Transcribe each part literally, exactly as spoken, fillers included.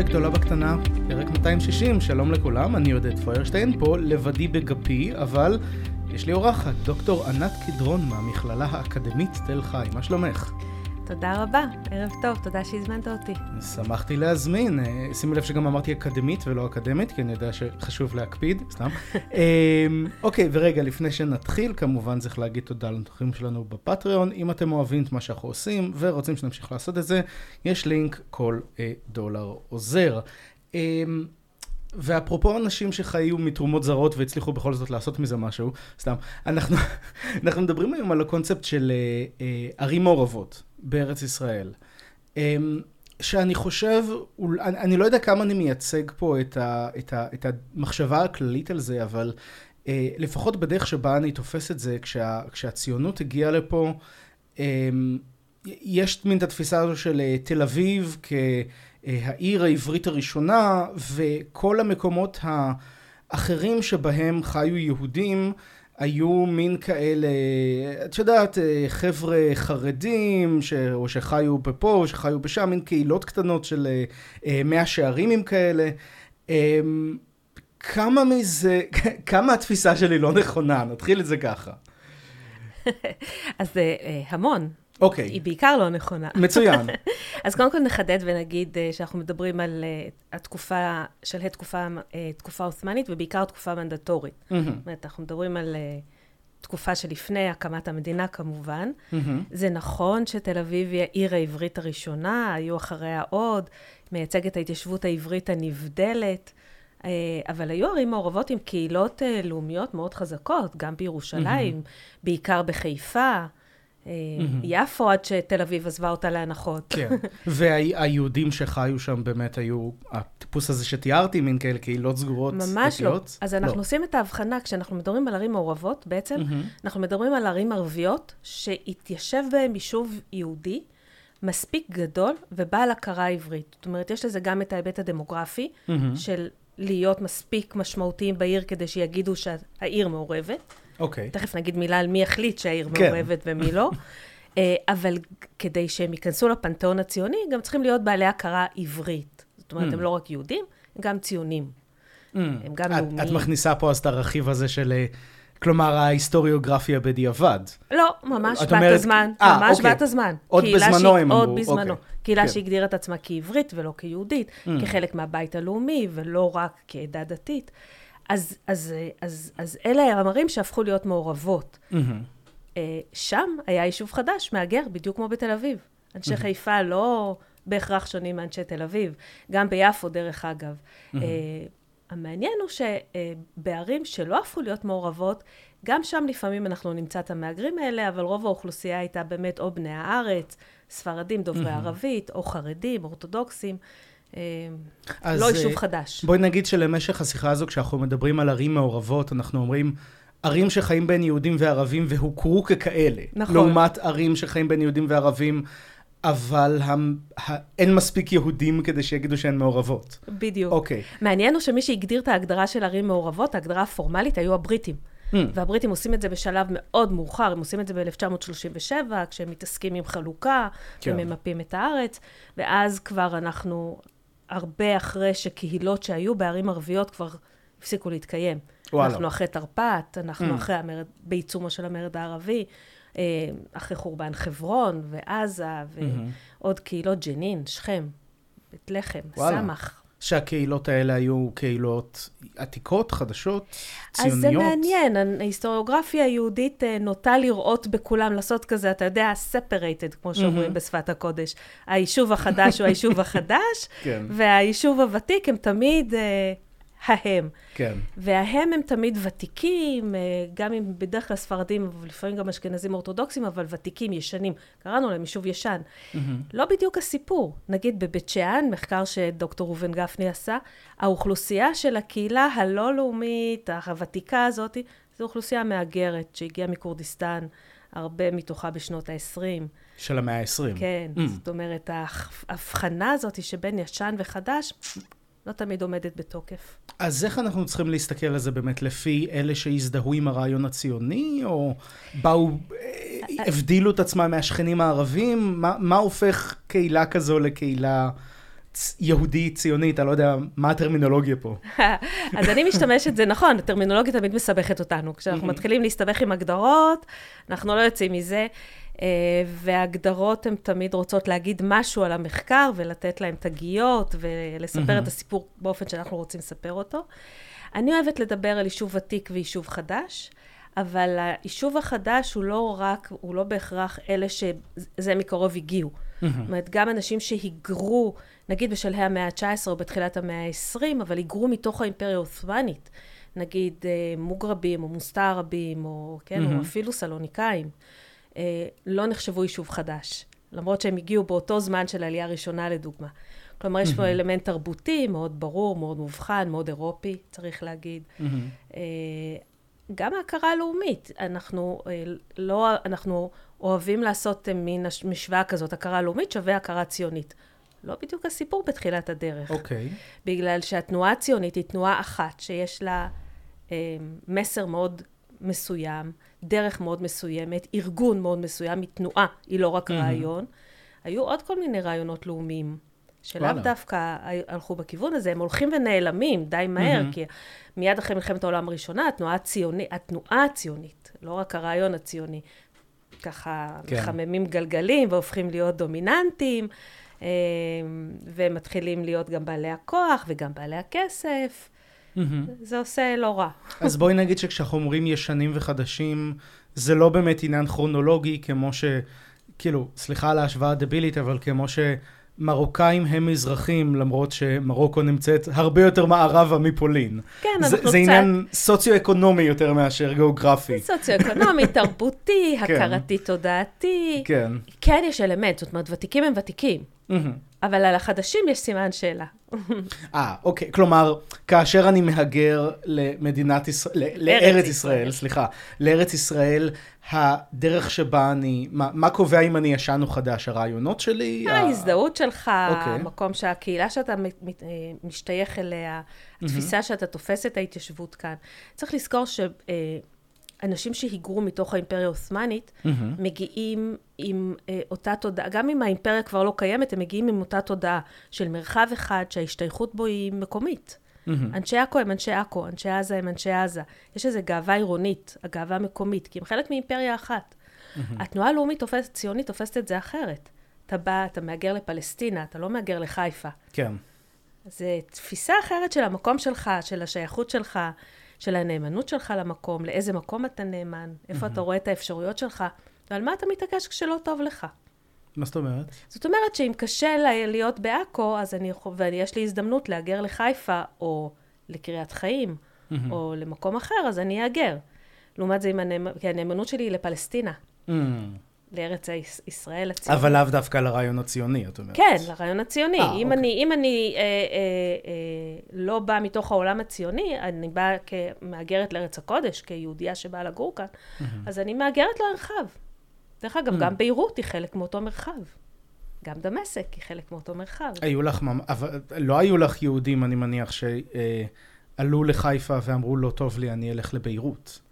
גדולה בקטנה, פרק מאתיים ושישים, שלום לכולם, אני עודד פוירשטיין, פה לבדי בגפי, אבל יש לי אורחת, דוקטור ענת קדרון מהמכללה האקדמית תל חי, מה שלומך? תודה רבה, ערב טוב, תודה שהזמנת אותי. שמחתי להזמין, שימי לב שגם אמרתי אקדמית ולא אקדמית, כי אני יודע שחשוב להקפיד, סתם. אוקיי, ורגע, לפני שנתחיל, כמובן צריך להגיד תודה לתומכים שלנו בפטריון, אם אתם אוהבים את מה שאנחנו עושים ורוצים שנמשיך לעשות את זה, יש לינק, כל דולר עוזר. ואפרופו אנשים שחיו מתרומות זרות והצליחו בכל זאת לעשות מזה משהו, סתם, אנחנו, אנחנו מדברים היום על הקונספט של אה, אה, ערים מעורבות בארץ ישראל, אה, שאני חושב, אני, אני לא יודע כמה אני מייצג פה את, ה, את, ה, את המחשבה הכללית על זה, אבל אה, לפחות בדרך שבה אני תופס את זה, כשה, כשהציונות הגיעה לפה, אה, יש מין את התפיסה הזו של אה, תל אביב כ... העיר העברית הראשונה, וכל המקומות האחרים שבהם חיו יהודים, היו מין כאלה, את יודעת, חבר'ה חרדים, ש... או שחיו בפה, או שחיו בשם, מין קהילות קטנות של מאה שערים עם כאלה. כמה מזה, כמה התפיסה שלי לא נכונה? נתחיל את זה ככה. אז המון. אוקיי. היא בעיקר לא נכונה. מצוין. אז קודם כל נחדד ונגיד שאנחנו מדברים על התקופה של התקופה, תקופה עות'מאנית, ובעיקר תקופה מנדטורית. זאת אומרת, אנחנו מדברים על תקופה שלפני הקמת המדינה כמובן. זה נכון שתל אביב היא העיר העברית הראשונה, היו אחריה עוד, מייצגת ההתיישבות העברית הנבדלת, אבל היו ערים מעורבות עם קהילות לאומיות מאוד חזקות, גם בירושלים, בעיקר בחיפה, יפו, עד שתל אביב עזבה אותה להנחות. כן, והיהודים שחיו שם באמת היו, הטיפוס הזה שתיארתי, מין כאלה קהילות סגורות. ממש לא. אז אנחנו עושים את ההבחנה, כשאנחנו מדברים על ערים מעורבות, בעצם אנחנו מדברים על ערים ערביות, שהתיישב בהם יישוב יהודי, מספיק גדול ובעל הכרה עברית. זאת אומרת, יש לזה גם את ההיבט הדמוגרפי, של להיות מספיק משמעותיים בעיר, כדי שיגידו שהעיר מעורבת. אוקיי. תכף נגיד מילה על מי החליט שהעיר מעורבת ומי לא. אבל כדי שהם ייכנסו לפנתיאון הציוני, גם צריכים להיות בעלי הכרה עברית. זאת אומרת, הם לא רק יהודים, הם גם ציונים. הם גם לאומיים. את מכניסה פה אז את הרכיב הזה של, כלומר, ההיסטוריוגרפיה בדיעבד. לא, ממש בת הזמן. ממש בת הזמן. עוד בזמנו הם אמרו. עוד בזמנו. קהילה שהגדירה את עצמה כעברית ולא כיהודית, כחלק מהבית הלאומי ולא רק כעדה דתית. אז, אז, אז, אז אלה המרים שהפכו להיות מעורבות. Mm-hmm. שם היה יישוב חדש, מאגר, בדיוק כמו בתל אביב. אנשי mm-hmm. חיפה לא בהכרח שונים מאנשי תל אביב. גם ביפו, דרך אגב. Mm-hmm. המעניין הוא שבערים שלא הפכו להיות מעורבות, גם שם לפעמים אנחנו נמצא את המאגרים האלה, אבל רוב האוכלוסייה הייתה באמת או בני הארץ, ספרדים, דוברי mm-hmm. ערבית, או חרדים, אורתודוקסים. לא יישוב חדש. בואי נגיד שלמשך השיחה הזו, כשאנחנו מדברים על ערים מעורבות, אנחנו אומרים, ערים שחיים בין יהודים וערבים והוכרו ככאלה. נכון. לעומת ערים שחיים בין יהודים וערבים, אבל הם, אין מספיק יהודים כדי שיגידו שהן מעורבות. בדיוק. אוקיי. מעניין הוא שמי שהגדיר את ההגדרה של ערים מעורבות, ההגדרה הפורמלית היו הבריטים. Mm. והבריטים עושים את זה בשלב מאוד מאוחר, הם עושים את זה ב-אלף תשע מאות שלושים ושבע, כשהם מתעסקים עם חלוקה, כן. וממפים את הארץ, ואז כבר אנחנו הרבה אחרי שקהילות שהיו בערים ערביות כבר הפסיקו להתקיים. וואלה. אנחנו אחרי תרפ"ט, אנחנו mm. אחרי המרד, בעיצומו של המרד הערבי, אחרי חורבן חברון ועזה, ועוד mm-hmm. קהילות ג'נין, שכם, בית לחם, סמך. שהקהילות האלה היו קהילות עתיקות, חדשות, ציוניות? אז זה מעניין, ההיסטוריוגרפיה היהודית נוטה לראות בכולם, לעשות כזה, אתה יודע, separated, כמו שאומרים mm-hmm. בשפת הקודש. היישוב החדש הוא היישוב החדש, כן. והיישוב הוותיק הם תמיד ההם. כן. וההם הם תמיד ותיקים, גם אם בדרך כלל ספרדים, ולפעמים גם אשכנזים אורתודוקסים, אבל ותיקים, ישנים. קראנו להם יישוב ישן. Mm-hmm. לא בדיוק הסיפור. נגיד בבית שאן, מחקר שדוקטור ראובן גפני עשה, האוכלוסייה של הקהילה הלא לאומית, הוותיקה הזאת, זו אוכלוסייה מאגרת שהגיעה מכורדיסטן, הרבה מתוכה בשנות ה-עשרים. של המאה ה-עשרים. כן. Mm. זאת אומרת, ההבחנה הזאת שבין ישן וחדש, לא תמיד עומדת בתוקף. אז איך אנחנו צריכים להסתכל על זה באמת לפי אלה שהזדהו עם הרעיון הציוני, או באו, הבדילו את עצמם מהשכנים הערבים? מה, מה הופך קהילה כזו לקהילה יהודי, ציוני, אתה לא יודע מה הטרמינולוגיה פה. אז אני משתמשת, זה נכון, הטרמינולוגיה תמיד מסבכת אותנו. כשאנחנו מתחילים להסתבך עם הגדרות, אנחנו לא יוצאים מזה, וההגדרות הן תמיד רוצות להגיד משהו על המחקר, ולתת להם תגיות, ולספר את הסיפור באופן שאנחנו רוצים לספר אותו. אני אוהבת לדבר על יישוב ותיק ויישוב חדש, אבל היישוב החדש הוא לא רק, הוא לא בהכרח אלה שזה מקרוב הגיעו. זאת אומרת, גם אנשים שהיגרו, נגיד בשלהי המאה ה-תשע עשרה או בתחילת המאה ה-עשרים, אבל היגרו מתוך האימפריה העות'מאנית, נגיד מוגרבים או מוסתערבים, או, כן, או אפילו סלוניקאים, לא נחשבו יישוב חדש, למרות שהם הגיעו באותו זמן של העלייה הראשונה לדוגמה. כלומר, יש פה אלמנט תרבותי מאוד ברור, מאוד מובחן, מאוד אירופי, צריך להגיד. גם ההכרה הלאומית, אנחנו, לא, אנחנו אוהבים לעשות מין משוואה כזאת, הכרה לאומית שווה הכרה ציונית. לא בדיוק הסיפור בתחילת הדרך. אוקיי. בגלל שהתנועה הציונית היא תנועה אחת, שיש לה מסר מאוד מסוים, דרך מאוד מסוימת, ארגון מאוד מסוים, היא תנועה, היא לא רק רעיון. היו עוד כל מיני רעיונות לאומיים. שלאו דווקא הלכו בכיוון הזה, הם הולכים ונעלמים די מהר, כי מיד אחרי מלחמת העולם הראשונה, התנועה הציונית, התנועה הציונית, לא רק הרעיון הציוני, ככה מחממים גלגלים והופכים להיות דומיננטיים, ומתחילים להיות גם בעלי הכוח וגם בעלי הכסף. זה עושה לא רע. אז בואי נגיד שכשאנחנו אומרים ישנים וחדשים, זה לא באמת עניין כרונולוגי, כמו ש... כאילו, סליחה על ההשוואה הדבילית, אבל כמו ש... מרוקאים הם מזרחים, למרות שמרוקו נמצאת הרבה יותר מערבה מפולין. כן, אנחנו זה, קצת... זה עניין סוציו-אקונומי יותר מאשר גיאוגרפי. סוציו-אקונומי, תרבותי, הכרתי, תודעתי. כן. כן, יש אלמנט, זאת אומרת, ותיקים הם ותיקים. אבל על החדשים יש סימן שאלה. אה, אוקיי. כלומר, כאשר אני מהגר למדינת ישראל, לארץ ישראל, סליחה, לארץ ישראל, הדרך שבה אני, מה, מה קובע אם אני ישן או חדש? הרעיונות שלי? ההזדהות שלך, המקום שהקהילה שאתה משתייך אליה, התפיסה שאתה תופס את ההתיישבות כאן. צריך לזכור ש... אנשים שהיגרו מתוך האימפריה העות'מאנית, mm-hmm. מגיעים עם אה, אותה תודעה, גם אם האימפריה כבר לא קיימת, הם מגיעים עם אותה תודעה של מרחב אחד, שההשתייכות בו היא מקומית. Mm-hmm. אנשי עכו הם אנשי עכו, אנשי עזה הם אנשי עזה. יש איזו גאווה עירונית, הגאווה המקומית, כי הם חלק מאימפריה אחת. Mm-hmm. התנועה הלאומית תופסת, ציונית תופסת את זה אחרת. אתה בא, אתה מאגר לפלסטינה, אתה לא מאגר לחיפה. כן. זה תפיסה אחרת של המקום שלך, של השייכות שלך, של הנאמנות שלך למקום, לאיזה מקום אתה נאמן, איפה אתה רואה את האפשרויות שלך, ועל מה אתה מתעקש כשלא טוב לך. מה זאת אומרת? זאת אומרת שאם קשה להיות בעכו, אז אני, ויש לי הזדמנות להגר לחיפה, או לקריית חיים, או למקום אחר, אז אני אאגר. לעומת זה, כי הנאמנות שלי היא לפלסטינה. לארץ ישראל הציוני. אבל לאו דווקא לרעיון הציוני, את אומרת. כן, לרעיון הציוני. 아, אם, אוקיי. אני, אם אני אה, אה, אה, לא באה מתוך העולם הציוני, אני באה כמאגרת לארץ הקודש, כיהודייה שבאה לגור כאן, mm-hmm. אז אני מאגרת למרחב. דרך אגב, mm-hmm. גם ביירות היא חלק מאותו מרחב. גם דמשק היא חלק מאותו מרחב. היו לך, אבל לא היו לך יהודים, אני מניח, שעלו לחיפה ואמרו, לא טוב לי, אני אלך לביירות.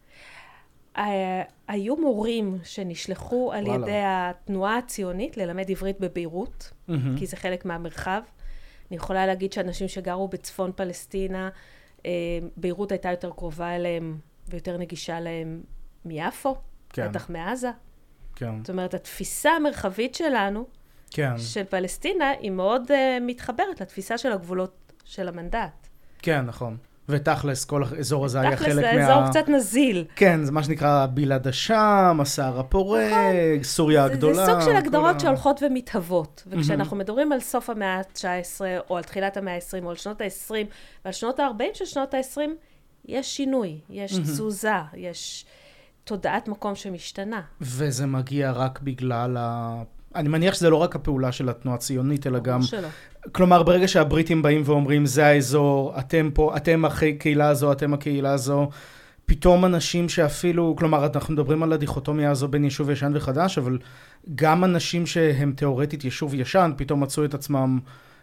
היו מורים שנשלחו על ידי התנועה הציונית ללמד עברית בביירות, כי זה חלק מהמרחב. אני יכולה להגיד שאנשים שגרו בצפון פלסטינה, ביירות הייתה יותר קרובה אליהם ויותר נגישה להם מיפו, בטח מעזה. זאת אומרת, התפיסה המרחבית שלנו, של פלסטינה, היא מאוד מתחברת לתפיסה של הגבולות של המנדט. כן, נכון. ותכלס, כל האזור הזה היה חלק מה... תכלס, האזור קצת נזיל. כן, זה מה שנקרא בלעד השם, הסהר הפורג, סוריה הגדולה. זה סוג של הגדרות שהולכות ומתהוות. וכשאנחנו מדברים על סוף המאה ה-תשע עשרה, או על תחילת המאה ה-עשרים, או על שנות ה-עשרים, ועל שנות ה-ארבעים של שנות ה-עשרים, יש שינוי, יש תזוזה, יש תודעת מקום שמשתנה. וזה מגיע רק בגלל ה... אני מניח שזה לא רק הפעולה של התנועה הציונית, אלא גם... שלא. כלומר, ברגע שהבריטים באים ואומרים, זה האזור, אתם פה, אתם הקהילה הזו, אתם הקהילה הזו, פתאום אנשים שאפילו, כלומר, אנחנו מדברים על הדיכוטומיה הזו בין יישוב ישן וחדש, אבל גם אנשים שהם תיאורטית יישוב ישן, פתאום מצאו את עצמם,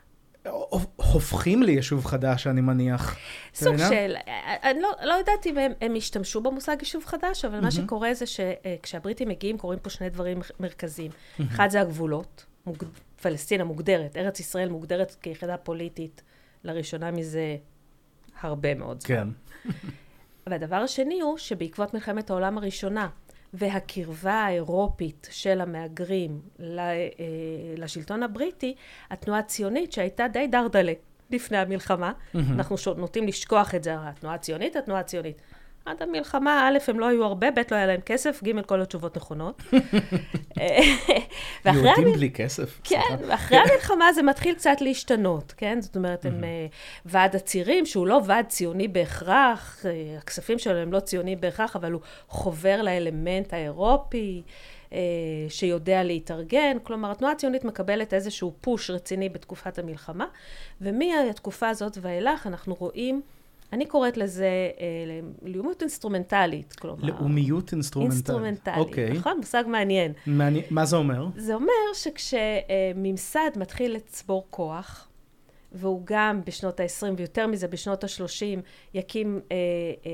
הופכים ליישוב חדש, אני מניח. סוג של, אני לא, לא יודעת אם הם, הם השתמשו במושג יישוב חדש, אבל mm-hmm. מה שקורה זה שכשהבריטים מגיעים, קוראים פה שני דברים מרכזיים. Mm-hmm. אחד זה הגבולות. פלסטינה מוגדרת, ארץ ישראל מוגדרת כיחידה פוליטית, לראשונה מזה הרבה מאוד זמן. כן. והדבר השני הוא שבעקבות מלחמת העולם הראשונה, והקרבה האירופית של המהגרים לשלטון הבריטי, התנועה הציונית שהייתה די דרדלה לפני המלחמה, אנחנו נוטים לשכוח את זה, התנועה הציונית, התנועה הציונית. עד המלחמה, א', הם לא היו הרבה, ב', לא היה להם כסף, ג', כל התשובות נכונות. יהודים בלי כסף. כן, ואחרי המלחמה זה מתחיל קצת להשתנות, כן? זאת אומרת, הם ועד הצירים, שהוא לא ועד ציוני בהכרח, הכספים שלו הם לא ציוני בהכרח, אבל הוא חובר לאלמנט האירופי, שיודע להתארגן. כלומר, התנועה הציונית מקבלת איזשהו פוש רציני בתקופת המלחמה, ומהתקופה הזאת ואילך אנחנו רואים, אני קוראת לזה אה, לאומיות אינסטרומנטלית, כלומר... לאומיות אינסטרומנטלית. אינסטרומנטלית, אוקיי. נכון? מושג מעניין. מעניין. מה זה אומר? זה אומר שכשממסד מתחיל לצבור כוח, והוא גם בשנות ה-עשרים, ויותר מזה בשנות ה-שלושים, יקים אה, אה,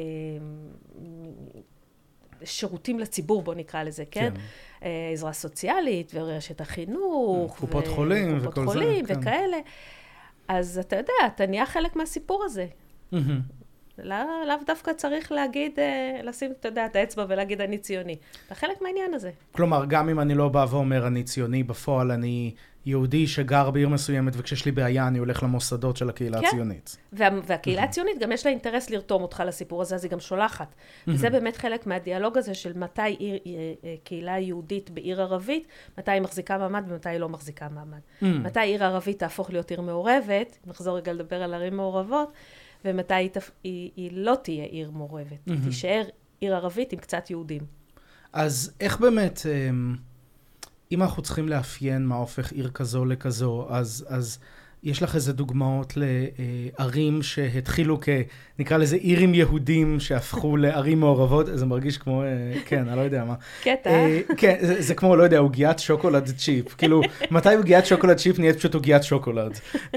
שירותים לציבור, בוא נקרא לזה, כן? כן. אה, עזרה סוציאלית, ורשת החינוך, קופות ו... חולים, קופות וכל חולים זה. וכאלה. כן. אז אתה יודע, אתה נהיה חלק מהסיפור הזה. לאו לא דווקא צריך להגיד, לשים, אתה יודע, את האצבע ולהגיד אני ציוני. אתה חלק מהעניין הזה. כלומר, גם אם אני לא בא ואומר אני ציוני, בפועל אני יהודי שגר בעיר מסוימת, וכשיש לי בעיה אני הולך למוסדות של הקהילה כן. הציונית. וה, והקהילה הציונית גם יש לה אינטרס לרתום אותך לסיפור הזה, אז היא גם שולחת. וזה באמת חלק מהדיאלוג הזה של מתי עיר, קהילה יהודית בעיר ערבית, מתי היא מחזיקה מעמד ומתי היא לא מחזיקה מעמד. מתי עיר ערבית תהפוך להיות עיר מעורבת, נחזור רגע לדבר על ערים מעורבות, ומתי היא, היא, היא לא תהיה עיר מעורבת. היא תישאר עיר ערבית עם קצת יהודים. אז איך באמת, אם אנחנו צריכים לאפיין מה הופך עיר כזו לכזו, אז, אז יש לך איזה דוגמאות לערים שהתחילו כ... נקרא לזה עירים יהודים שהפכו לערים מעורבות, זה מרגיש כמו, כן, אני לא יודע מה. קטע. כן, זה, זה כמו, לא יודע, עוגיית שוקולד צ'יפ. כאילו, מתי עוגיית שוקולד צ'יפ נהיית פשוט עוגיית שוקולד?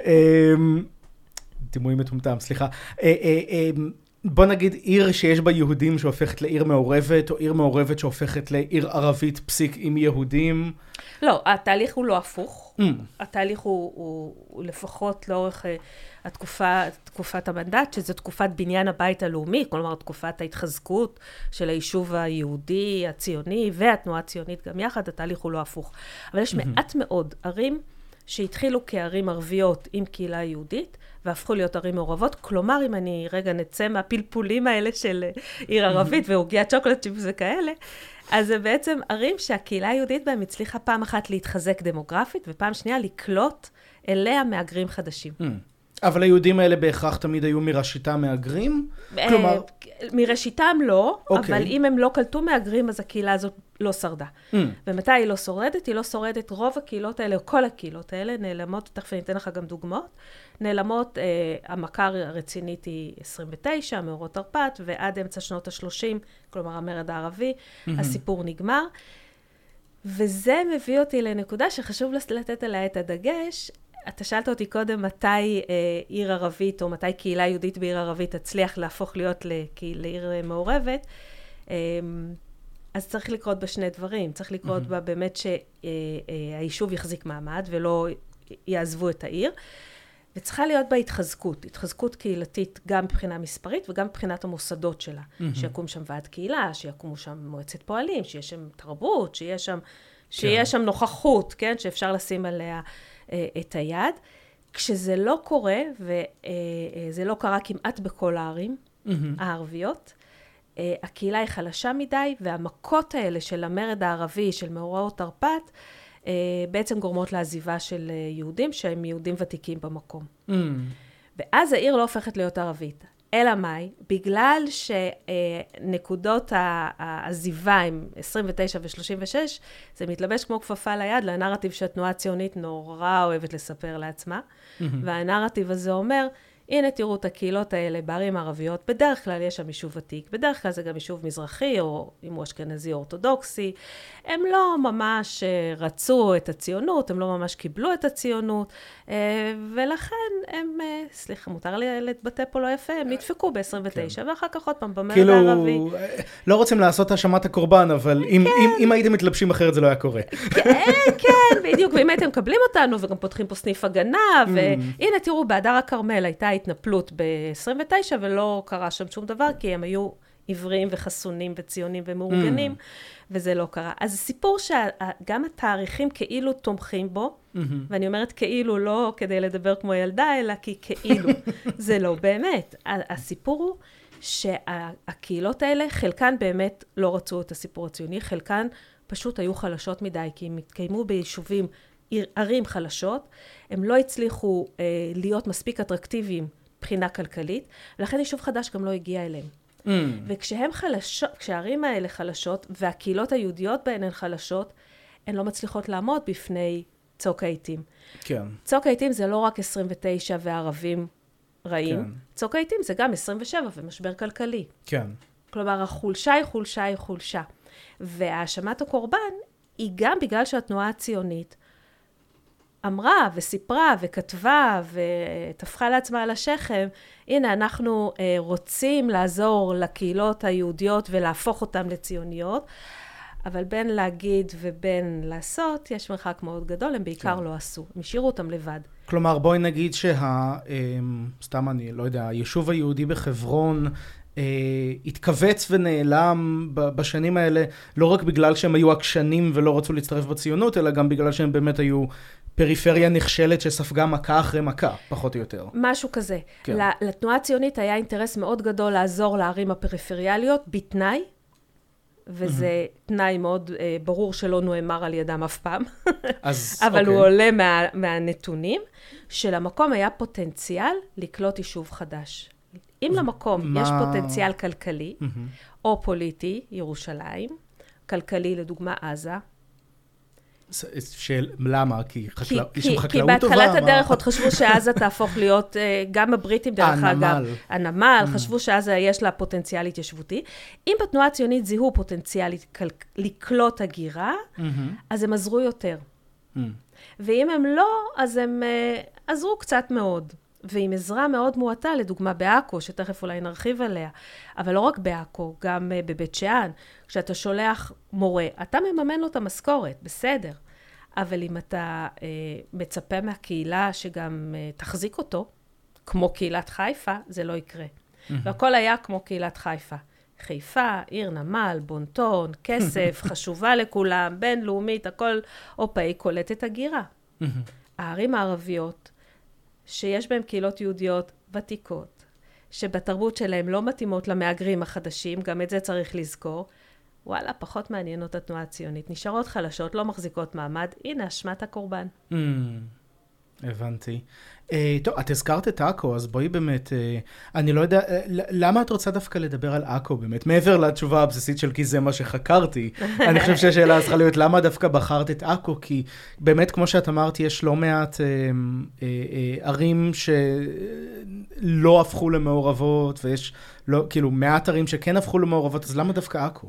דימוי מטומטם, סליחה. בוא נגיד עיר שיש בה יהודים שהופכת לעיר מעורבת, או עיר מעורבת שהופכת לעיר ערבית פסיק עם יהודים. לא, התהליך הוא לא הפוך. Mm. התהליך הוא, הוא, הוא לפחות לאורך התקופה, תקופת המנדט, שזה תקופת בניין הבית הלאומי, כלומר תקופת ההתחזקות של היישוב היהודי, הציוני והתנועה הציונית גם יחד, התהליך הוא לא הפוך. אבל יש mm-hmm. מעט מאוד ערים שהתחילו כערים ערביות עם קהילה יהודית, והפכו להיות ערים מעורבות. כלומר, אם אני רגע נצא מהפלפולים האלה של עיר ערבית ועוגיית שוקולד צ'יפ וכאלה, אז זה בעצם ערים שהקהילה היהודית בהם הצליחה פעם אחת להתחזק דמוגרפית, ופעם שנייה לקלוט אליה מהגרים חדשים. אבל היהודים האלה בהכרח תמיד היו מראשיתם מהגרים? כלומר... מראשיתם לא, אבל אם הם לא קלטו מהגרים, אז הקהילה הזאת לא שרדה. ומתי היא לא שורדת? היא לא שורדת. רוב הקהילות האלה, או כל הקהילות האלה, נעלמות, תכף אני אתן לך גם דוגמאות, נעלמות, המכר הרצינית היא עשרים ותשע, מאורות תרפ"ט, ועד אמצע שנות ה-שלושים, כלומר המרד הערבי, הסיפור נגמר. וזה מביא אותי לנקודה שחשוב לתת עליה את הדגש. אתה שאלת אותי קודם מתי אה, עיר ערבית, או מתי קהילה יהודית בעיר ערבית תצליח להפוך להיות לעיר מעורבת. אה, אז צריך לקרות בה שני דברים. צריך לקרות mm-hmm. בה באמת שהיישוב אה, אה, יחזיק מעמד, ולא יעזבו את העיר. וצריכה להיות בה התחזקות. התחזקות קהילתית גם מבחינה מספרית, וגם מבחינת המוסדות שלה. Mm-hmm. שיקום שם ועד קהילה, שיקומו שם מועצת פועלים, שיש שם תרבות, שיש שם, שיש שם נוכחות, כן? שאפשר לשים עליה... את היד. כשזה לא קורה, וזה לא קרה כמעט בכל הערים mm-hmm. הערביות, הקהילה היא חלשה מדי, והמכות האלה של המרד הערבי, של מאורעות תרפ"ט, בעצם גורמות לעזיבה של יהודים, שהם יהודים ותיקים במקום. Mm. ואז העיר לא הופכת להיות ערבית. אלא מאי, בגלל שנקודות העזיבה הם עשרים ותשע ו-שלושים ושש, זה מתלבש כמו כפפה ליד לנרטיב שהתנועה הציונית נורא אוהבת לספר לעצמה, mm-hmm. והנרטיב הזה אומר, הנה תראו את הקהילות האלה בערים הערביות, בדרך כלל יש שם יישוב ותיק, בדרך כלל זה גם יישוב מזרחי, או אם הוא אשכנזי או אורתודוקסי, הם לא ממש רצו את הציונות, הם לא ממש קיבלו את הציונות, ולכן הם, סליחה, מותר לי להתבטא פה לא יפה, הם נדפקו ב-עשרים ותשע, כן. ואחר כך עוד פעם במרד כאילו, הערבי. לא רוצים לעשות האשמת הקורבן, אבל כן. אם, אם, אם הייתם מתלבשים אחרת זה לא היה קורה. כן, כן, בדיוק, ואם הייתם מקבלים אותנו, וגם פותחים פה סניף הגנה, והנה תראו, באדר הכרמל הייתה התנפלות ב-עשרים ותשע, ולא קרה שם שום דבר, כי הם היו עבריים וחסונים וציונים ומאורגנים, mm. וזה לא קרה. אז הסיפור שגם התאריכים כאילו תומכים בו, mm-hmm. ואני אומרת כאילו לא כדי לדבר כמו ילדה, אלא כי כאילו. זה לא באמת. הסיפור הוא שהקהילות האלה, חלקן באמת לא רצו את הסיפור הציוני, חלקן פשוט היו חלשות מדי, כי הם התקיימו ביישובים, ערים חלשות, הם לא הצליחו אה, להיות מספיק אטרקטיביים מבחינה כלכלית, ולכן יישוב חדש גם לא הגיע אליהם. Mm. וכשהם חלשות, כשהערים האלה חלשות, והקהילות היהודיות בהן הן חלשות, הן לא מצליחות לעמוד בפני צוק העיתים. כן. צוק העיתים זה לא רק עשרים ותשע וערבים רעים, כן. צוק העיתים זה גם עשרים ושבע ומשבר כלכלי. כן. כלומר, החולשה היא חולשה היא חולשה. והאשמת הקורבן היא גם בגלל שהתנועה הציונית אמרה וסיפרה וכתבה ותפחה לעצמה על השכם, הנה אנחנו אה, רוצים לעזור לקהילות היהודיות ולהפוך אותן לציוניות, אבל בין להגיד ובין לעשות, יש מרחק מאוד גדול, הם בעיקר כן. לא עשו, הם השאירו אותם לבד. כלומר, בואי נגיד שה, אה, סתם אני לא יודע, היישוב היהודי בחברון, Uh, התכווץ ונעלם בשנים האלה, לא רק בגלל שהם היו עקשנים ולא רצו להצטרף בציונות, אלא גם בגלל שהם באמת היו פריפריה נכשלת שספגה מכה אחרי מכה, פחות או יותר. משהו כזה. כן. לתנועה הציונית היה אינטרס מאוד גדול לעזור לערים הפריפריאליות, בתנאי, וזה mm-hmm. תנאי מאוד uh, ברור שלא נאמר על ידם אף פעם, אז, אבל אוקיי. הוא עולה מה, מהנתונים, שלמקום היה פוטנציאל לקלוט יישוב חדש. אם למקום מה... יש פוטנציאל כלכלי, mm-hmm. או פוליטי, ירושלים, כלכלי לדוגמה עזה. של... למה? כי, חקלא... כי, כי, כי, כי בהתחלת הדרך עוד חשבו שעזה תהפוך להיות, גם הבריטים דרך אגב, הנמל, mm-hmm. חשבו שעזה יש לה פוטנציאל התיישבותי. אם בתנועה הציונית זיהו פוטנציאל כל... לקלוט הגירה, mm-hmm. אז הם עזרו יותר. Mm-hmm. ואם הם לא, אז הם uh, עזרו קצת מאוד. ועם עזרה מאוד מועטה, לדוגמה בעכו, שתכף אולי נרחיב עליה, אבל לא רק בעכו, גם uh, בבית שאן, כשאתה שולח מורה, אתה מממן לו את המשכורת, בסדר, אבל אם אתה uh, מצפה מהקהילה שגם uh, תחזיק אותו, כמו קהילת חיפה, זה לא יקרה. Mm-hmm. והכל היה כמו קהילת חיפה. חיפה, עיר נמל, בונטון, כסף, חשובה לכולם, בינלאומית, הכל אופאי, קולטת הגירה. Mm-hmm. הערים הערביות, שיש בהם קהילות יהודיות ותיקות, שבתרבות שלהם לא מתאימות למהגרים החדשים, גם את זה צריך לזכור, וואלה, פחות מעניינות התנועה הציונית, נשארות חלשות, לא מחזיקות מעמד, הנה, אשמת הקורבן. Mm, הבנתי. Uh, טוב, את הזכרת את עכו, אז בואי באמת, uh, אני לא יודע, uh, למה את רוצה דווקא לדבר על עכו באמת? מעבר לתשובה הבסיסית של כי זה מה שחקרתי, אני חושב שהשאלה צריכה להיות, למה דווקא בחרת את עכו? כי באמת, כמו שאת אמרת, יש לא מעט uh, uh, uh, ערים שלא הפכו למעורבות, ויש לא, כאילו מעט ערים שכן הפכו למעורבות, אז למה דווקא עכו?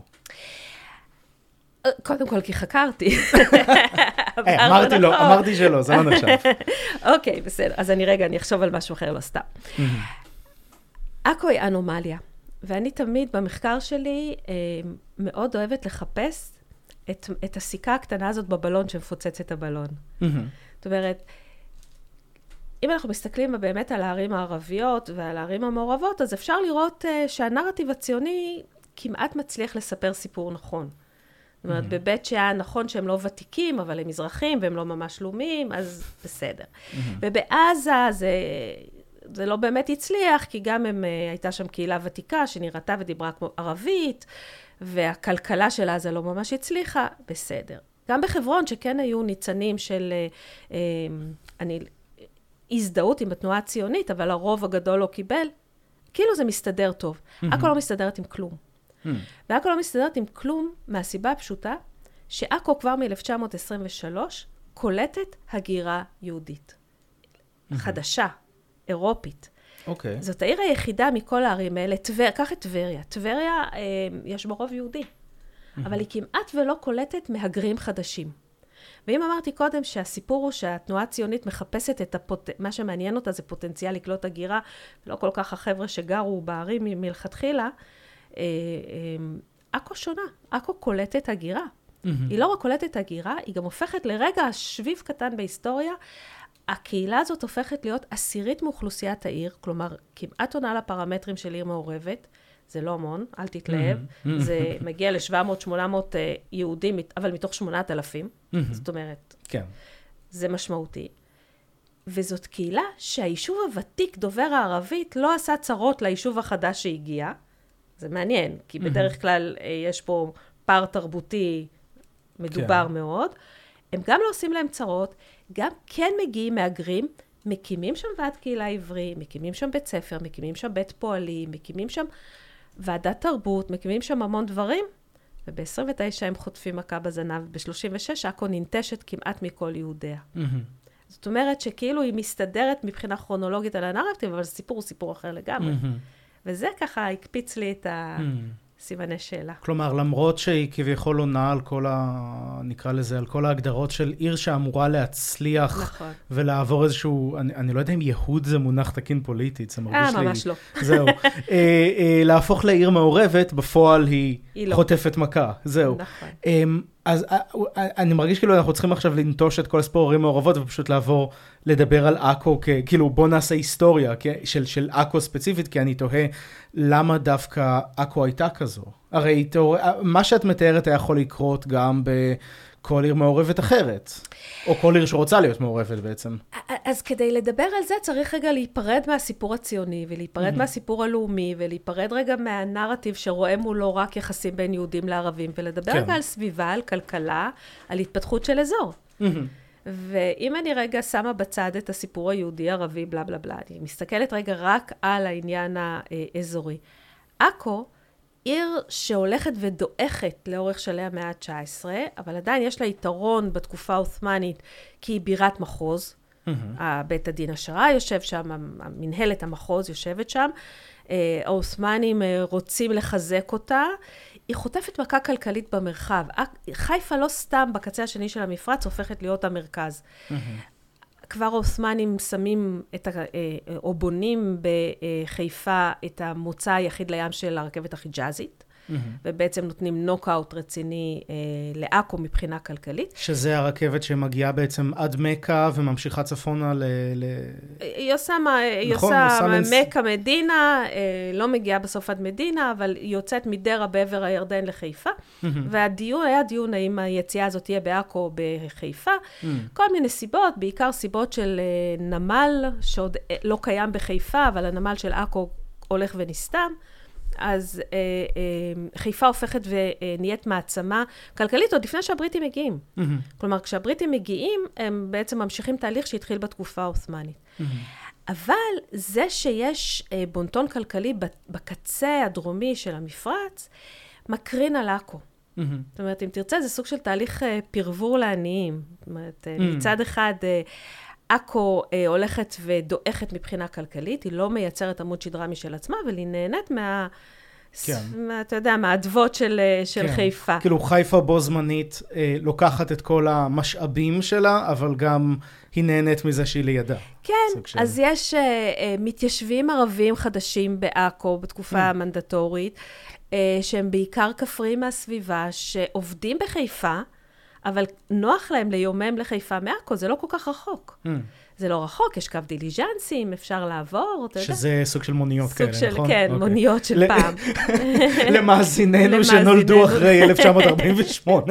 קודם כל, כי חקרתי. אמרתי לא, אמרתי שלא, זה לא נחשב. אוקיי, בסדר. אז אני רגע, אני אחשוב על משהו אחר, לא סתם. עכו היא אנומליה, ואני תמיד במחקר שלי מאוד אוהבת לחפש את הסיכה הקטנה הזאת בבלון שמפוצץ את הבלון. זאת אומרת, אם אנחנו מסתכלים באמת על הערים הערביות ועל הערים המעורבות, אז אפשר לראות שהנרטיב הציוני כמעט מצליח לספר סיפור נכון. זאת אומרת, בבית שאן נכון שהם לא ותיקים, אבל הם מזרחים והם לא ממש לאומיים, אז בסדר. ובעזה זה, זה לא באמת הצליח, כי גם הם, הייתה שם קהילה ותיקה שנראתה ודיברה כמו ערבית, והכלכלה של עזה לא ממש הצליחה, בסדר. גם בחברון שכן היו ניצנים של, אני, הזדהות עם התנועה הציונית, אבל הרוב הגדול לא קיבל, כאילו זה מסתדר טוב. עכו לא מסתדרת עם כלום. ועכו לא מסתדרת עם כלום מהסיבה הפשוטה שעכו כבר מ-אלף תשע מאות עשרים ושלוש קולטת הגירה יהודית. חדשה, אירופית. אוקיי. זאת העיר היחידה מכל הערים האלה, טבריה, קח את טבריה. טבריה, יש בה רוב יהודי, אבל היא כמעט ולא קולטת מהגרים חדשים. ואם אמרתי קודם שהסיפור הוא שהתנועה הציונית מחפשת את הפוט... מה שמעניין אותה זה פוטנציאל לקלוט הגירה, לא כל כך החבר'ה שגרו בערים מלכתחילה, עכו שונה, עכו קולטת הגירה. Mm-hmm. היא לא רק קולטת הגירה, היא גם הופכת לרגע שביב קטן בהיסטוריה, הקהילה הזאת הופכת להיות עשירית מאוכלוסיית העיר, כלומר כמעט עונה לפרמטרים של עיר מעורבת, זה לא המון, אל תתלהב, mm-hmm. זה מגיע ל-שבע מאות שמונה מאות יהודים, אבל מתוך שמונת אלפים, mm-hmm. זאת אומרת, כן. זה משמעותי. וזאת קהילה שהיישוב הוותיק דובר הערבית לא עשה צרות ליישוב החדש שהגיע, זה מעניין, כי בדרך כלל יש פה פער תרבותי מדובר מאוד, הם גם לא עושים להם צרות, גם כן מגיעים מהגרים, מקימים שם ועד קהילה עברי, מקימים שם בית ספר, מקימים שם בית פועלים, מקימים שם ועדת תרבות, מקימים שם המון דברים, וב-עשרים ותשע הם חוטפים מכה בזנב, ב-שלושים ושש עכו ננטשת כמעט מכל יהודיה. זאת אומרת שכאילו היא מסתדרת מבחינה כרונולוגית על הנרטיב, אבל הסיפור הוא סיפור אחר לגמרי. וזה ככה הקפיץ לי את הסימני שאלה. כלומר, למרות שהיא כביכול עונה על כל ה... נקרא לזה, על כל ההגדרות של עיר שאמורה להצליח, נכון. ולעבור איזשהו... אני, אני לא יודע אם יהוד זה מונח תקין פוליטית, זה מרגיש לי... אה, ממש לא. זהו. אה, אה, להפוך לעיר מעורבת, בפועל היא, היא לא. חוטפת מכה. זהו. נכון. אה, אז אני מרגיש כאילו אנחנו צריכים עכשיו לנטוש את כל הסיפור ערים מעורבות, ופשוט לעבור לדבר על עכו, כאילו בוא נעשה היסטוריה של, של עכו ספציפית, כי אני תוהה למה דווקא עכו הייתה כזו. הרי תאור... מה שאת מתארת היה יכול לקרות גם בכל עיר מעורבת אחרת, או כל עיר שרוצה להיות מעורבת בעצם. אז כדי לדבר על זה צריך רגע להיפרד מהסיפור הציוני, ולהיפרד mm-hmm. מהסיפור הלאומי, ולהיפרד רגע מהנרטיב שרואה מולו רק יחסים בין יהודים לערבים, ולדבר כן. רגע על סביבה, על כלכלה, על התפתחות של אזור. Mm-hmm. ואם אני רגע שמה בצד את הסיפור היהודי-ערבי, בלה בלה בלה, אני מסתכלת רגע רק על העניין האזורי. עכו, עיר שהולכת ודועכת לאורך שלי המאה ה-תשע עשרה, אבל עדיין יש לה יתרון בתקופה העות'מאנית, כי היא בירת מחוז. Mm-hmm. בית הדין השרעי יושב שם, מנהלת המחוז יושבת שם, העות'מאנים רוצים לחזק אותה, היא חוטפת מכה כלכלית במרחב. חיפה לא סתם בקצה השני של המפרץ הופכת להיות המרכז. Mm-hmm. כבר העות'מאנים שמים את ה, או בונים בחיפה את המוצא היחיד לים של הרכבת החיג'אזית, mm-hmm. ובעצם נותנים נוקאוט רציני אה, לעכו מבחינה כלכלית. שזה הרכבת שמגיעה בעצם עד מקה וממשיכה צפונה ל... ל... היא עושה, היא נכון, עושה מקה מדינה, אה, לא מגיעה בסוף עד מדינה, אבל היא יוצאת מדרה בעבר הירדן לחיפה, mm-hmm. והדיון היה דיון האם היציאה הזאת תהיה בעכו או בחיפה, mm-hmm. כל מיני סיבות, בעיקר סיבות של אה, נמל, שעוד אה, לא קיים בחיפה, אבל הנמל של עכו הולך ונסתם, אז אה, אה, חיפה הופכת ונהיית מעצמה כלכלית עוד לפני שהבריטים מגיעים. Mm-hmm. כלומר, כשהבריטים מגיעים, הם בעצם ממשיכים תהליך שהתחיל בתקופה העות'מאנית. Mm-hmm. אבל זה שיש אה, בונטון כלכלי בקצה הדרומי של המפרץ, מקרין על עכו. Mm-hmm. זאת אומרת, אם תרצה, זה סוג של תהליך אה, פרבור לעניים. זאת אומרת, mm-hmm. מצד אחד... אה, עכו אה, הולכת ודועכת מבחינה כלכלית, היא לא מייצרת עמוד שדרה משל עצמה, אבל היא נהנית מה... כן. מה, אתה יודע, מהאדוות של, של כן. חיפה. כאילו חיפה בו זמנית אה, לוקחת את כל המשאבים שלה, אבל גם היא נהנית מזה שהיא לידה. כן, אז יש אה, אה, מתיישבים ערבים חדשים בעכו בתקופה mm. המנדטורית, אה, שהם בעיקר כפריים מהסביבה, שעובדים בחיפה, אבל נוח להם ליומם לחיפה מעכו, זה לא כל כך רחוק. Mm. זה לא רחוק, יש קו דיליז'נסים, אפשר לעבור, אתה יודע. שזה סוג של מוניות כאלה, של, נכון? כן, okay. מוניות של פעם. למאזיננו שנולדו אחרי אלף תשע מאות ארבעים ושמונה.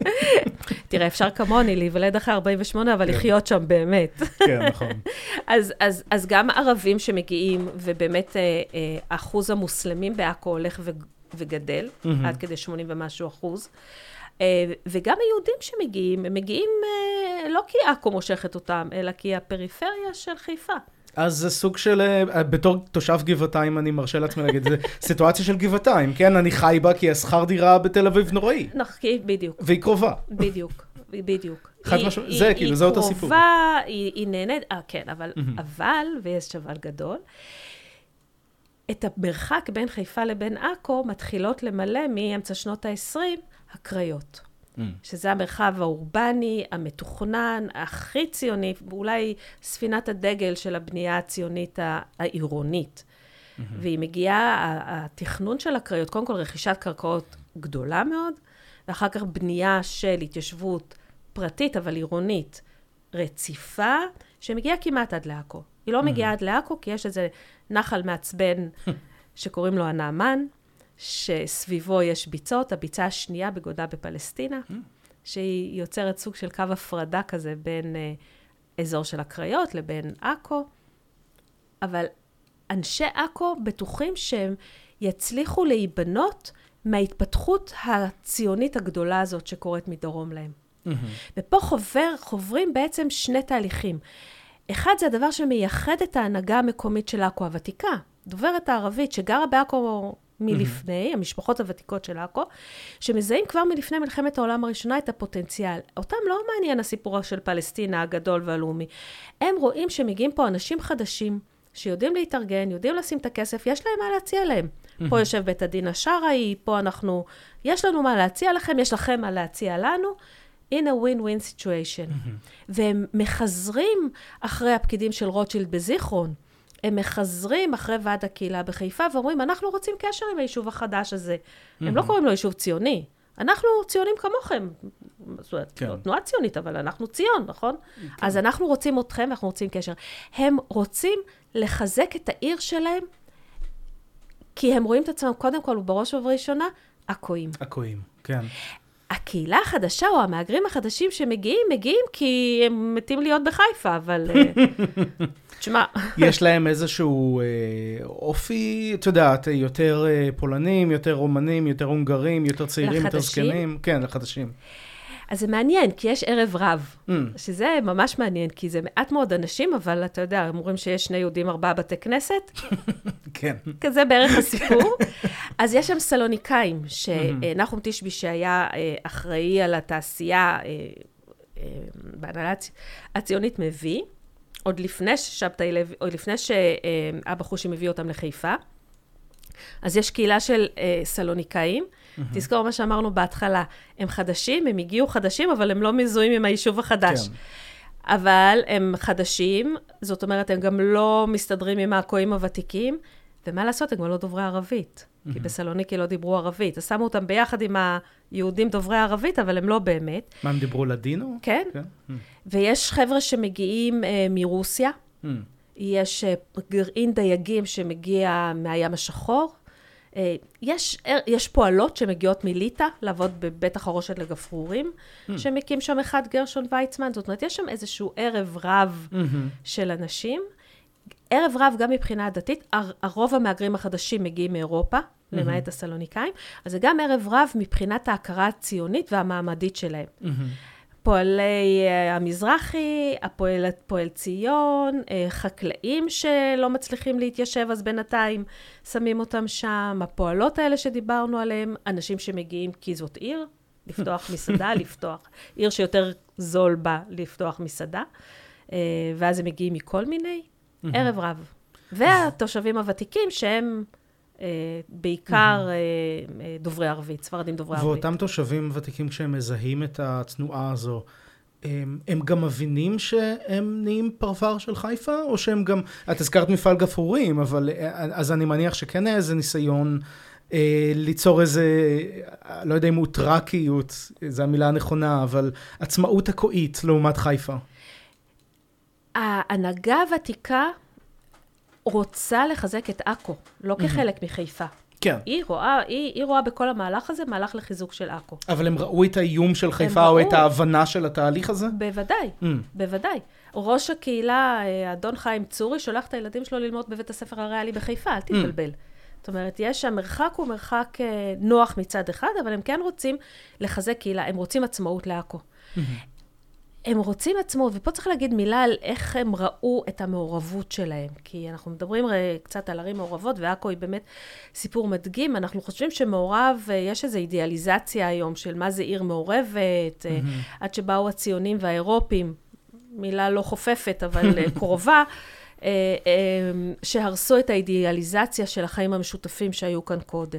תראה, אפשר כמוני להיוולד אחרי ארבעים ושמונה, אבל לחיות שם באמת. כן, נכון. אז, אז, אז גם ערבים שמגיעים, ובאמת אחוז המוסלמים בעכו הולך וגדל, עד כדי שמונים ומשהו אחוז. וגם היהודים שמגיעים, הם מגיעים לא כי עכו מושכת אותם, אלא כי הפריפריה של חיפה. אז זה סוג של, בתור תושב גבעתיים, אני מרשה לעצמי להגיד, זה סיטואציה של גבעתיים, כן? אני חי בה כי השכר דירה בתל אביב נוראי. נכון, בדיוק. והיא קרובה. בדיוק, בדיוק. חד משהו, זה כאילו, זה אותו סיפור. היא קרובה, היא נהנית, אה, כן, אבל, אבל, ויש שבל גדול, את המרחק בין חיפה לבין עכו מתחילות למלא מאמצע שנות ה-עשרים הקריות. Mm. שזה המרחב האורבני, המתוכנן, הכי ציוני, ואולי ספינת הדגל של הבנייה הציונית העירונית. Mm-hmm. והיא מגיעה, התכנון של הקריות, קודם כל רכישת קרקעות גדולה מאוד, ואחר כך בנייה של התיישבות פרטית, אבל עירונית, רציפה, שמגיעה כמעט עד לעכו. היא לא מגיעה עד לעכו, כי יש איזה נחל מעצבן שקוראים לו הנעמן, שסביבו יש ביצות, הביצה השנייה בגודלה בפלסטינה, שהיא יוצרת סוג של קו הפרדה כזה בין אזור של הקריות לבין עכו. אבל אנשי עכו בטוחים שהם יצליחו להיבנות מההתפתחות הציונית הגדולה הזאת שקורית מדרום להם. ופה חובר, חוברים בעצם שני תהליכים. אחד זה הדבר שמייחד את ההנהגה המקומית של עכו הוותיקה, דוברת הערבית שגרה בעכו מלפני, mm-hmm. המשפחות הוותיקות של עכו, שמזהים כבר מלפני מלחמת העולם הראשונה את הפוטנציאל. אותם לא מעניין הסיפור של פלסטינה הגדול והלאומי. הם רואים שמגיעים פה אנשים חדשים, שיודעים להתארגן, יודעים לשים את הכסף, יש להם מה להציע להם. Mm-hmm. פה יושב בית הדין השרעי, פה אנחנו, יש לנו מה להציע לכם, יש לכם מה להציע לנו, in a win-win situation. Mm-hmm. והם מחזרים אחרי הפקידים של רוטשילד בזיכרון, הם מחזרים אחרי ועד הקהילה בחיפה, ואומרים, אנחנו רוצים קשר עם היישוב החדש הזה. Mm-hmm. הם לא קוראים לו יישוב ציוני. אנחנו ציונים כמוכם. זאת אומרת, כן. לא תנועה ציונית, אבל אנחנו ציון, נכון? כן. אז אנחנו רוצים אתכם, ואנחנו רוצים קשר. הם רוצים לחזק את העיר שלהם, כי הם רואים את עצמם, קודם כל, ובראש ובראשונה, עכואים. עכואים, כן. הקהילה החדשה, או המהגרים החדשים שמגיעים, מגיעים כי הם מתים להיות בחיפה, אבל... תשמע. יש להם איזשהו אה, אופי, את יודעת, יותר אה, פולנים, יותר רומנים, יותר הונגרים, יותר צעירים, יותר זקנים. כן, לחדשים. אז זה מעניין, כי יש ערב רב, mm. שזה ממש מעניין, כי זה מעט מאוד אנשים, אבל אתה יודע, אומרים שיש שני יהודים, ארבעה בתי כנסת. כן. כזה בערך הסיפור. אז יש שם סלוניקאים, שנחום תשבי, שהיה אחראי על התעשייה בהנהלה הציונית מביא, עוד לפני ששבתאי לוי, עוד לפני שאבא חושי מביא אותם לחיפה. אז יש קהילה של סלוניקאים, Mm-hmm. תזכור מה שאמרנו בהתחלה, הם חדשים, הם הגיעו חדשים, אבל הם לא מזוהים עם היישוב החדש. כן. אבל הם חדשים, זאת אומרת, הם גם לא מסתדרים עם העכואים הוותיקים, ומה לעשות, הם גם לא דוברי ערבית, mm-hmm. כי בסלוניקי לא דיברו ערבית. אז שמו אותם ביחד עם היהודים דוברי ערבית, אבל הם לא באמת. מה, הם דיברו לדינו? כן. כן. Mm-hmm. ויש חבר'ה שמגיעים אה, מרוסיה, mm-hmm. יש אה, גרעין דייגים שמגיע מהים השחור, יש, יש פועלות שמגיעות מליטה, לעבוד בבית החרושת לגפרורים, mm. שמקים שם אחד גרשון ויצמן, זאת אומרת, יש שם איזשהו ערב רב mm-hmm. של אנשים. ערב רב גם מבחינה דתית, הרוב המהגרים החדשים מגיעים מאירופה, mm-hmm. למעט הסלוניקאים, אז זה גם ערב רב מבחינת ההכרה הציונית והמעמדית שלהם. Mm-hmm. פועלי המזרחי, הפועל, פועל ציון, חקלאים שלא מצליחים להתיישב, אז בינתיים שמים אותם שם, הפועלות האלה שדיברנו עליהם, אנשים שמגיעים כי זאת עיר, לפתוח מסעדה, לפתוח, עיר שיותר זול בה לפתוח מסעדה, ואז הם מגיעים מכל מיני, ערב רב. והתושבים הוותיקים שהם בעיקר דוברי ערבית, ספרדים דוברי ערבית. ואותם תושבים ותיקים כשהם מזהים את התנועה הזו, הם גם מבינים שהם נהיים פרבר של חיפה, או שהם גם, את הזכרת מפעל גפרורים, אבל אז אני מניח שכן היה איזה ניסיון ליצור איזה, לא יודע אם הוא טרקיות, זו המילה הנכונה, אבל עצמאות עכואית לעומת חיפה. ההנהגה הוותיקה רוצה לחזק את עכו, לא כחלק מחיפה. כן. היא רואה, היא, היא רואה בכל המהלך הזה, מהלך לחיזוק של עכו. אבל הם ראו את האיום של חיפה, או ראו... את ההבנה של התהליך הזה? בוודאי, mm. בוודאי. ראש הקהילה, אדון חיים צורי, שולח את הילדים שלו ללמוד בבית הספר הריאלי בחיפה, אל תתבלבל. Mm. זאת אומרת, יש המרחק הוא מרחק נוח מצד אחד, אבל הם כן רוצים לחזק קהילה, הם רוצים עצמאות לעכו. Mm-hmm. הם רוצים עצמאות, ופה צריך להגיד מילה על איך הם ראו את המעורבות שלהם, כי אנחנו מדברים קצת על ערים מעורבות, ועכו היא באמת סיפור מדגים, אנחנו חושבים שמעורב, יש איזו אידיאליזציה היום של מה זה עיר מעורבת, mm-hmm. עד שבאו הציונים והאירופים, מילה לא חופפת, אבל קרובה, שהרסו את האידיאליזציה של החיים המשותפים שהיו כאן קודם.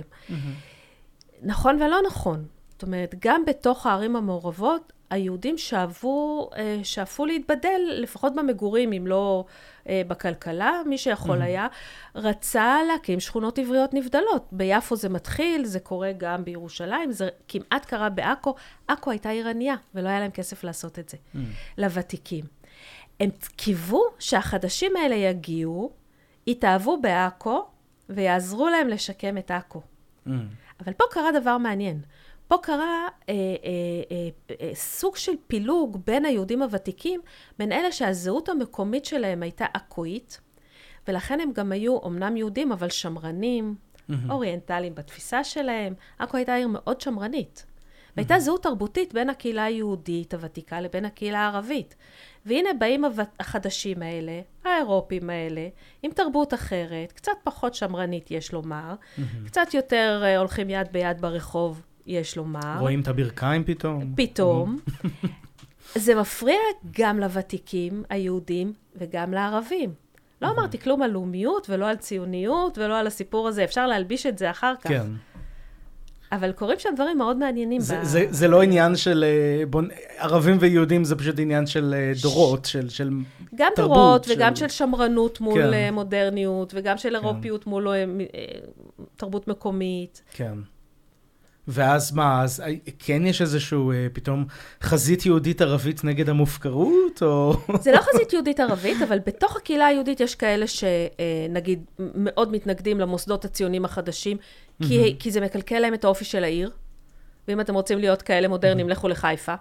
נכון ולא נכון. זאת אומרת, גם בתוך הערים המעורבות, היהודים שאפו, שאפו להתבדל, לפחות במגורים, אם לא בכלכלה, מי שיכול היה, רצה להקים שכונות עבריות נבדלות. ביפו זה מתחיל, זה קורה גם בירושלים, זה כמעט קרה בעכו. עכו הייתה עיר ענייה, ולא היה להם כסף לעשות את זה. לוותיקים. הם קיוו שהחדשים האלה יגיעו, יתאהבו בעכו, ויעזרו להם לשקם את עכו. אבל פה קרה דבר מעניין. פה קרה אה, אה, אה, אה, סוג של פילוג בין היהודים הוותיקים, בין אלה שהזהות המקומית שלהם הייתה עכואית, ולכן הם גם היו אומנם יהודים, אבל שמרנים, mm-hmm. אוריינטליים בתפיסה שלהם. עכו הייתה עיר מאוד שמרנית. Mm-hmm. והייתה זהות תרבותית בין הקהילה היהודית הוותיקה לבין הקהילה הערבית. והנה באים החדשים האלה, האירופים האלה, עם תרבות אחרת, קצת פחות שמרנית יש לומר, mm-hmm. קצת יותר uh, הולכים יד ביד ברחוב, יש לומר. רואים את הברכיים פתאום. פתאום. זה מפריע גם לוותיקים היהודים וגם לערבים. לא אמרתי כלום על לאומיות ולא על ציוניות ולא על הסיפור הזה. אפשר להלביש את זה אחר כך. כן. אבל קוראים שם דברים מאוד מעניינים. זה, ב... זה, זה לא עניין של בוא, ערבים ויהודים, זה פשוט עניין של דורות, של, של גם תרבות. דורות של... וגם של שמרנות מול כן. מודרניות, וגם של כן. אירופיות מול תרבות מקומית. כן. ואז מה, אז כן יש איזשהו פתאום חזית יהודית ערבית נגד המופקרות, או... זה לא חזית יהודית ערבית, אבל בתוך הקהילה היהודית יש כאלה שנגיד מאוד מתנגדים למוסדות הציונים החדשים, כי, כי זה מקלקל להם את האופי של העיר, ואם אתם רוצים להיות כאלה מודרניים, לכו לחיפה.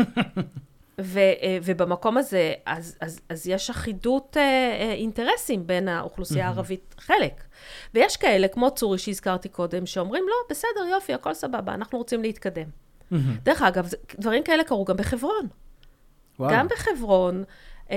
ו, ובמקום הזה, אז, אז, אז יש אחידות אינטרסים בין האוכלוסייה הערבית חלק. ויש כאלה, כמו צורי שהזכרתי קודם, שאומרים, לא, בסדר, יופי, הכל סבבה, אנחנו רוצים להתקדם. דרך אגב, דברים כאלה קרו גם בחברון. גם בחברון,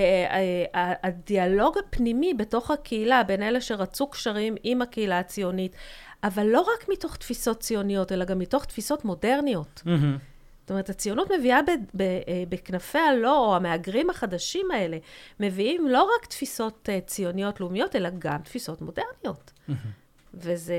הדיאלוג הפנימי בתוך הקהילה, בין אלה שרצו קשרים עם הקהילה הציונית, אבל לא רק מתוך תפיסות ציוניות, אלא גם מתוך תפיסות מודרניות. זאת אומרת, הציונות מביאה בכנפי הלא, או המאגרים החדשים האלה, מביאים לא רק תפיסות ציוניות לאומיות, אלא גם תפיסות מודרניות. וזה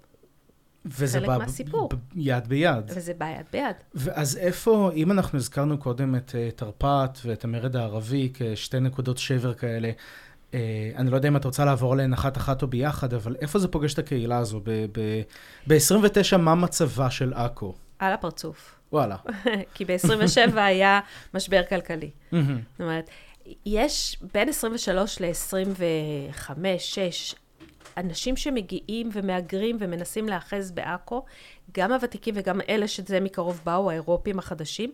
חלק מהסיפור. וזה בא יד ביד. וזה בא יד ביד. אז איפה, אם אנחנו הזכרנו קודם את תרפ"ט ואת המרד הערבי כשתי נקודות שבר כאלה, אני לא יודע אם את רוצה לעבור עליהן אחת אחת או ביחד, אבל איפה זה פוגש את הקהילה הזו? ב-עשרים ותשע, מה מצבה של עכו? על הפרצוף. וואלה. כי ב-עשרים ושבע היה משבר כלכלי. זאת אומרת, יש בין עשרים ושלוש ל-עשרים וחמש, שש, אנשים שמגיעים ומאגרים ומנסים לאחז בעכו, גם הוותיקים וגם אלה שזה מקרוב באו, האירופים החדשים,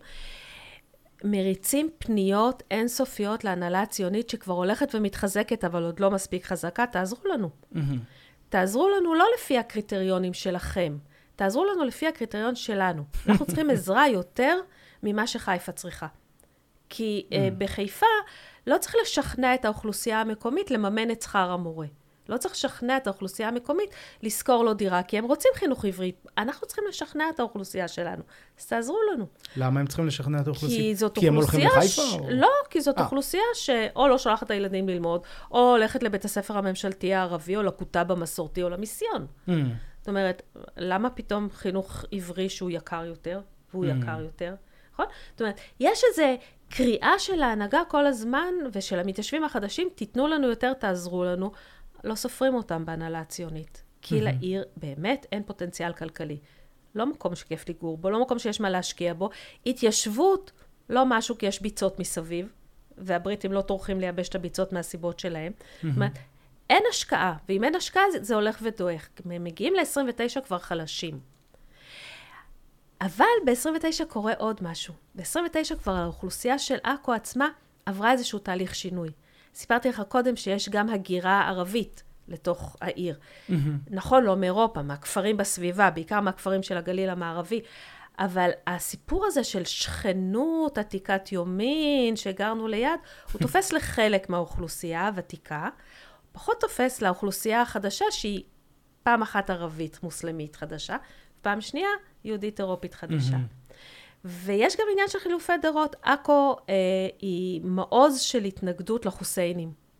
מריצים פניות אינסופיות להנהלה הציונית שכבר הולכת ומתחזקת, אבל עוד לא מספיק חזקה, תעזרו לנו. תעזרו לנו לא לפי הקריטריונים שלכם, תעזרו לנו לפי הקריטריון שלנו. אנחנו צריכים עזרה יותר ממה שחיפה צריכה. כי uh, בחיפה לא צריך לשכנע את האוכלוסייה המקומית לממן את שכר המורה. לא צריך לשכנע את האוכלוסייה המקומית לשכור לו דירה, כי הם רוצים חינוך עברי. אנחנו צריכים לשכנע את האוכלוסייה שלנו. אז תעזרו לנו. למה הם צריכים לשכנע את האוכלוסייה? כי זאת כי אוכלוסייה... כי הם הולכים לחיפה? ש... או... לא, כי זאת 아. אוכלוסייה שאו לא שולחת את הילדים ללמוד, או הולכת לבית הספר הממשלתי הערבי, או לכותב המסורתי, או למיסיון. Mm. זאת אומרת, למה פתאום חינוך עברי שהוא יקר יותר, והוא mm. יקר יותר? נכון? זאת אומרת, יש איזה קריאה של ההנהגה כל הזמן, ושל המתיישבים החדשים, תיתנו לנו יותר, תעזרו לנו. לא סופרים אותם בהנהלה הציונית. כי mm-hmm. לעיר באמת אין פוטנציאל כלכלי. לא מקום שכיף לגור בו, לא מקום שיש מה להשקיע בו. התיישבות, לא משהו כי יש ביצות מסביב, והבריטים לא טורחים לייבש את הביצות מהסיבות שלהם. Mm-hmm. זאת אומרת, אין השקעה, ואם אין השקעה זה, זה הולך ודועך. הם מגיעים ל-עשרים ותשע כבר חלשים. אבל ב-עשרים ותשע קורה עוד משהו. ב-עשרים ותשע כבר האוכלוסייה של עכו עצמה עברה איזשהו תהליך שינוי. סיפרתי לך קודם שיש גם הגירה ערבית לתוך העיר. Mm-hmm. נכון, לא מאירופה, מהכפרים בסביבה, בעיקר מהכפרים של הגליל המערבי, אבל הסיפור הזה של שכנות, עתיקת יומין, שגרנו ליד, הוא תופס לחלק מהאוכלוסייה הוותיקה, פחות תופס לאוכלוסייה החדשה, שהיא פעם אחת ערבית מוסלמית חדשה, פעם שנייה יהודית אירופית חדשה. Mm-hmm. ויש גם עניין של חילופי דורות. עכו אה, היא מעוז של התנגדות לחוסיינים.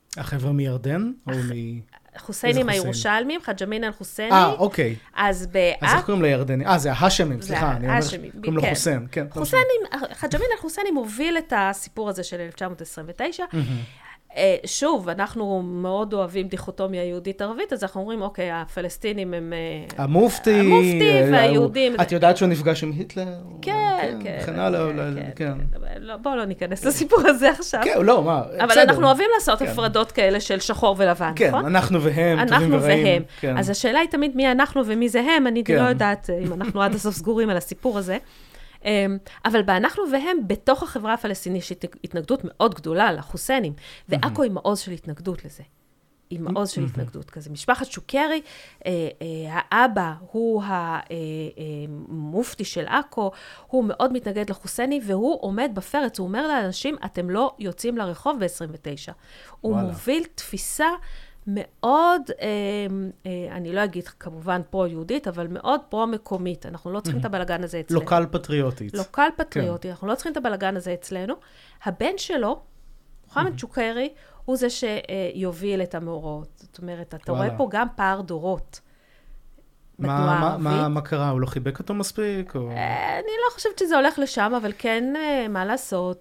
החבר'ה מירדן? או מ... חוסיינים הירושלמים, חאג' אמין אל-חוסייני. אה, אוקיי. אז בעכו... אז איך קוראים לירדני? אה, זה ההשמים, סליחה. זה ההשמים, קוראים לו חוסיין, כן. חוסיינים, חאג' אמין אל-חוסייני מוביל את הסיפור הזה של אלף תשע מאות עשרים ותשע. שוב, אנחנו מאוד אוהבים דיכוטומיה יהודית-ערבית, אז אנחנו אומרים, אוקיי, הפלסטינים הם... המופתי. המופתי והיהודים. את יודעת שהוא נפגש עם היטלר? כן, כן. וכן הלאה, כן. בואו לא ניכנס לסיפור הזה עכשיו. כן, לא, מה, בסדר. אבל אנחנו אוהבים לעשות הפרדות כאלה של שחור ולבן, נכון? כן, אנחנו והם, טובים ורעים. אנחנו והם. אז השאלה היא תמיד מי אנחנו ומי זה הם, אני לא יודעת אם אנחנו עד הסוף סגורים על הסיפור הזה. אבל באנחנו והם, בתוך החברה הפלסטינית, יש התנגדות מאוד גדולה לחוסיינים, ועכו היא מעוז של התנגדות לזה. היא מעוז של התנגדות כזה. משפחת שוקרי, האבא הוא המופתי של עכו, הוא מאוד מתנגד לחוסייני, והוא עומד בפרץ, הוא אומר לאנשים, אתם לא יוצאים לרחוב ב-עשרים ותשע. הוא מוביל תפיסה מאוד, אני לא אגיד כמובן פרו-יהודית, אבל מאוד פרו-מקומית. אנחנו לא צריכים את הבלגן הזה אצלנו. לוקל פטריוטית. לוקל פטריוטי, אנחנו לא צריכים את הבלגן הזה אצלנו. הבן שלו, מוחמד שוקרי, הוא זה שיוביל את המאורעות. זאת אומרת, אתה רואה פה גם פער דורות בתנועה הערבית. מה קרה? הוא לא חיבק אותו מספיק? אני לא חושבת שזה הולך לשם, אבל כן, מה לעשות,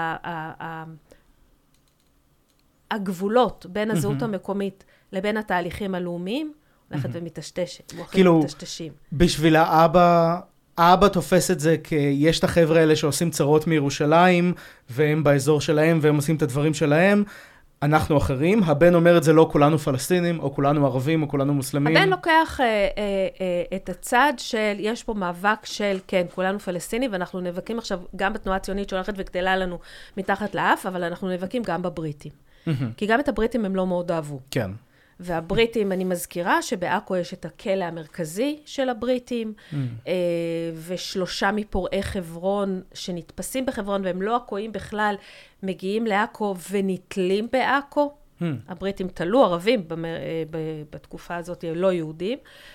הגבולות בין הזהות המקומית לבין התהליכים הלאומיים, הולכת ומטשטשת. כאילו, בשביל האבא, האבא תופס את זה כי יש את החבר'ה האלה שעושים צרות מירושלים, והם באזור שלהם, והם עושים את הדברים שלהם. אנחנו אחרים. הבן אומר את זה לא כולנו פלסטינים, או כולנו ערבים, או כולנו מוסלמים. הבן לוקח אה, אה, אה, את הצד של, יש פה מאבק של, כן, כולנו פלסטינים, ואנחנו נאבקים עכשיו גם בתנועה הציונית שהולכת וגדלה לנו מתחת לאף, אבל אנחנו נאבקים גם בבריטים. כי גם את הבריטים הם לא מאוד אהבו. כן. והבריטים, אני מזכירה שבעכו יש את הכלא המרכזי של הבריטים, ושלושה מפורעי חברון שנתפסים בחברון, והם לא עכואים בכלל, מגיעים לעכו ונתלים בעכו. הבריטים תלו ערבים בתקופה הזאת, לא יהודים.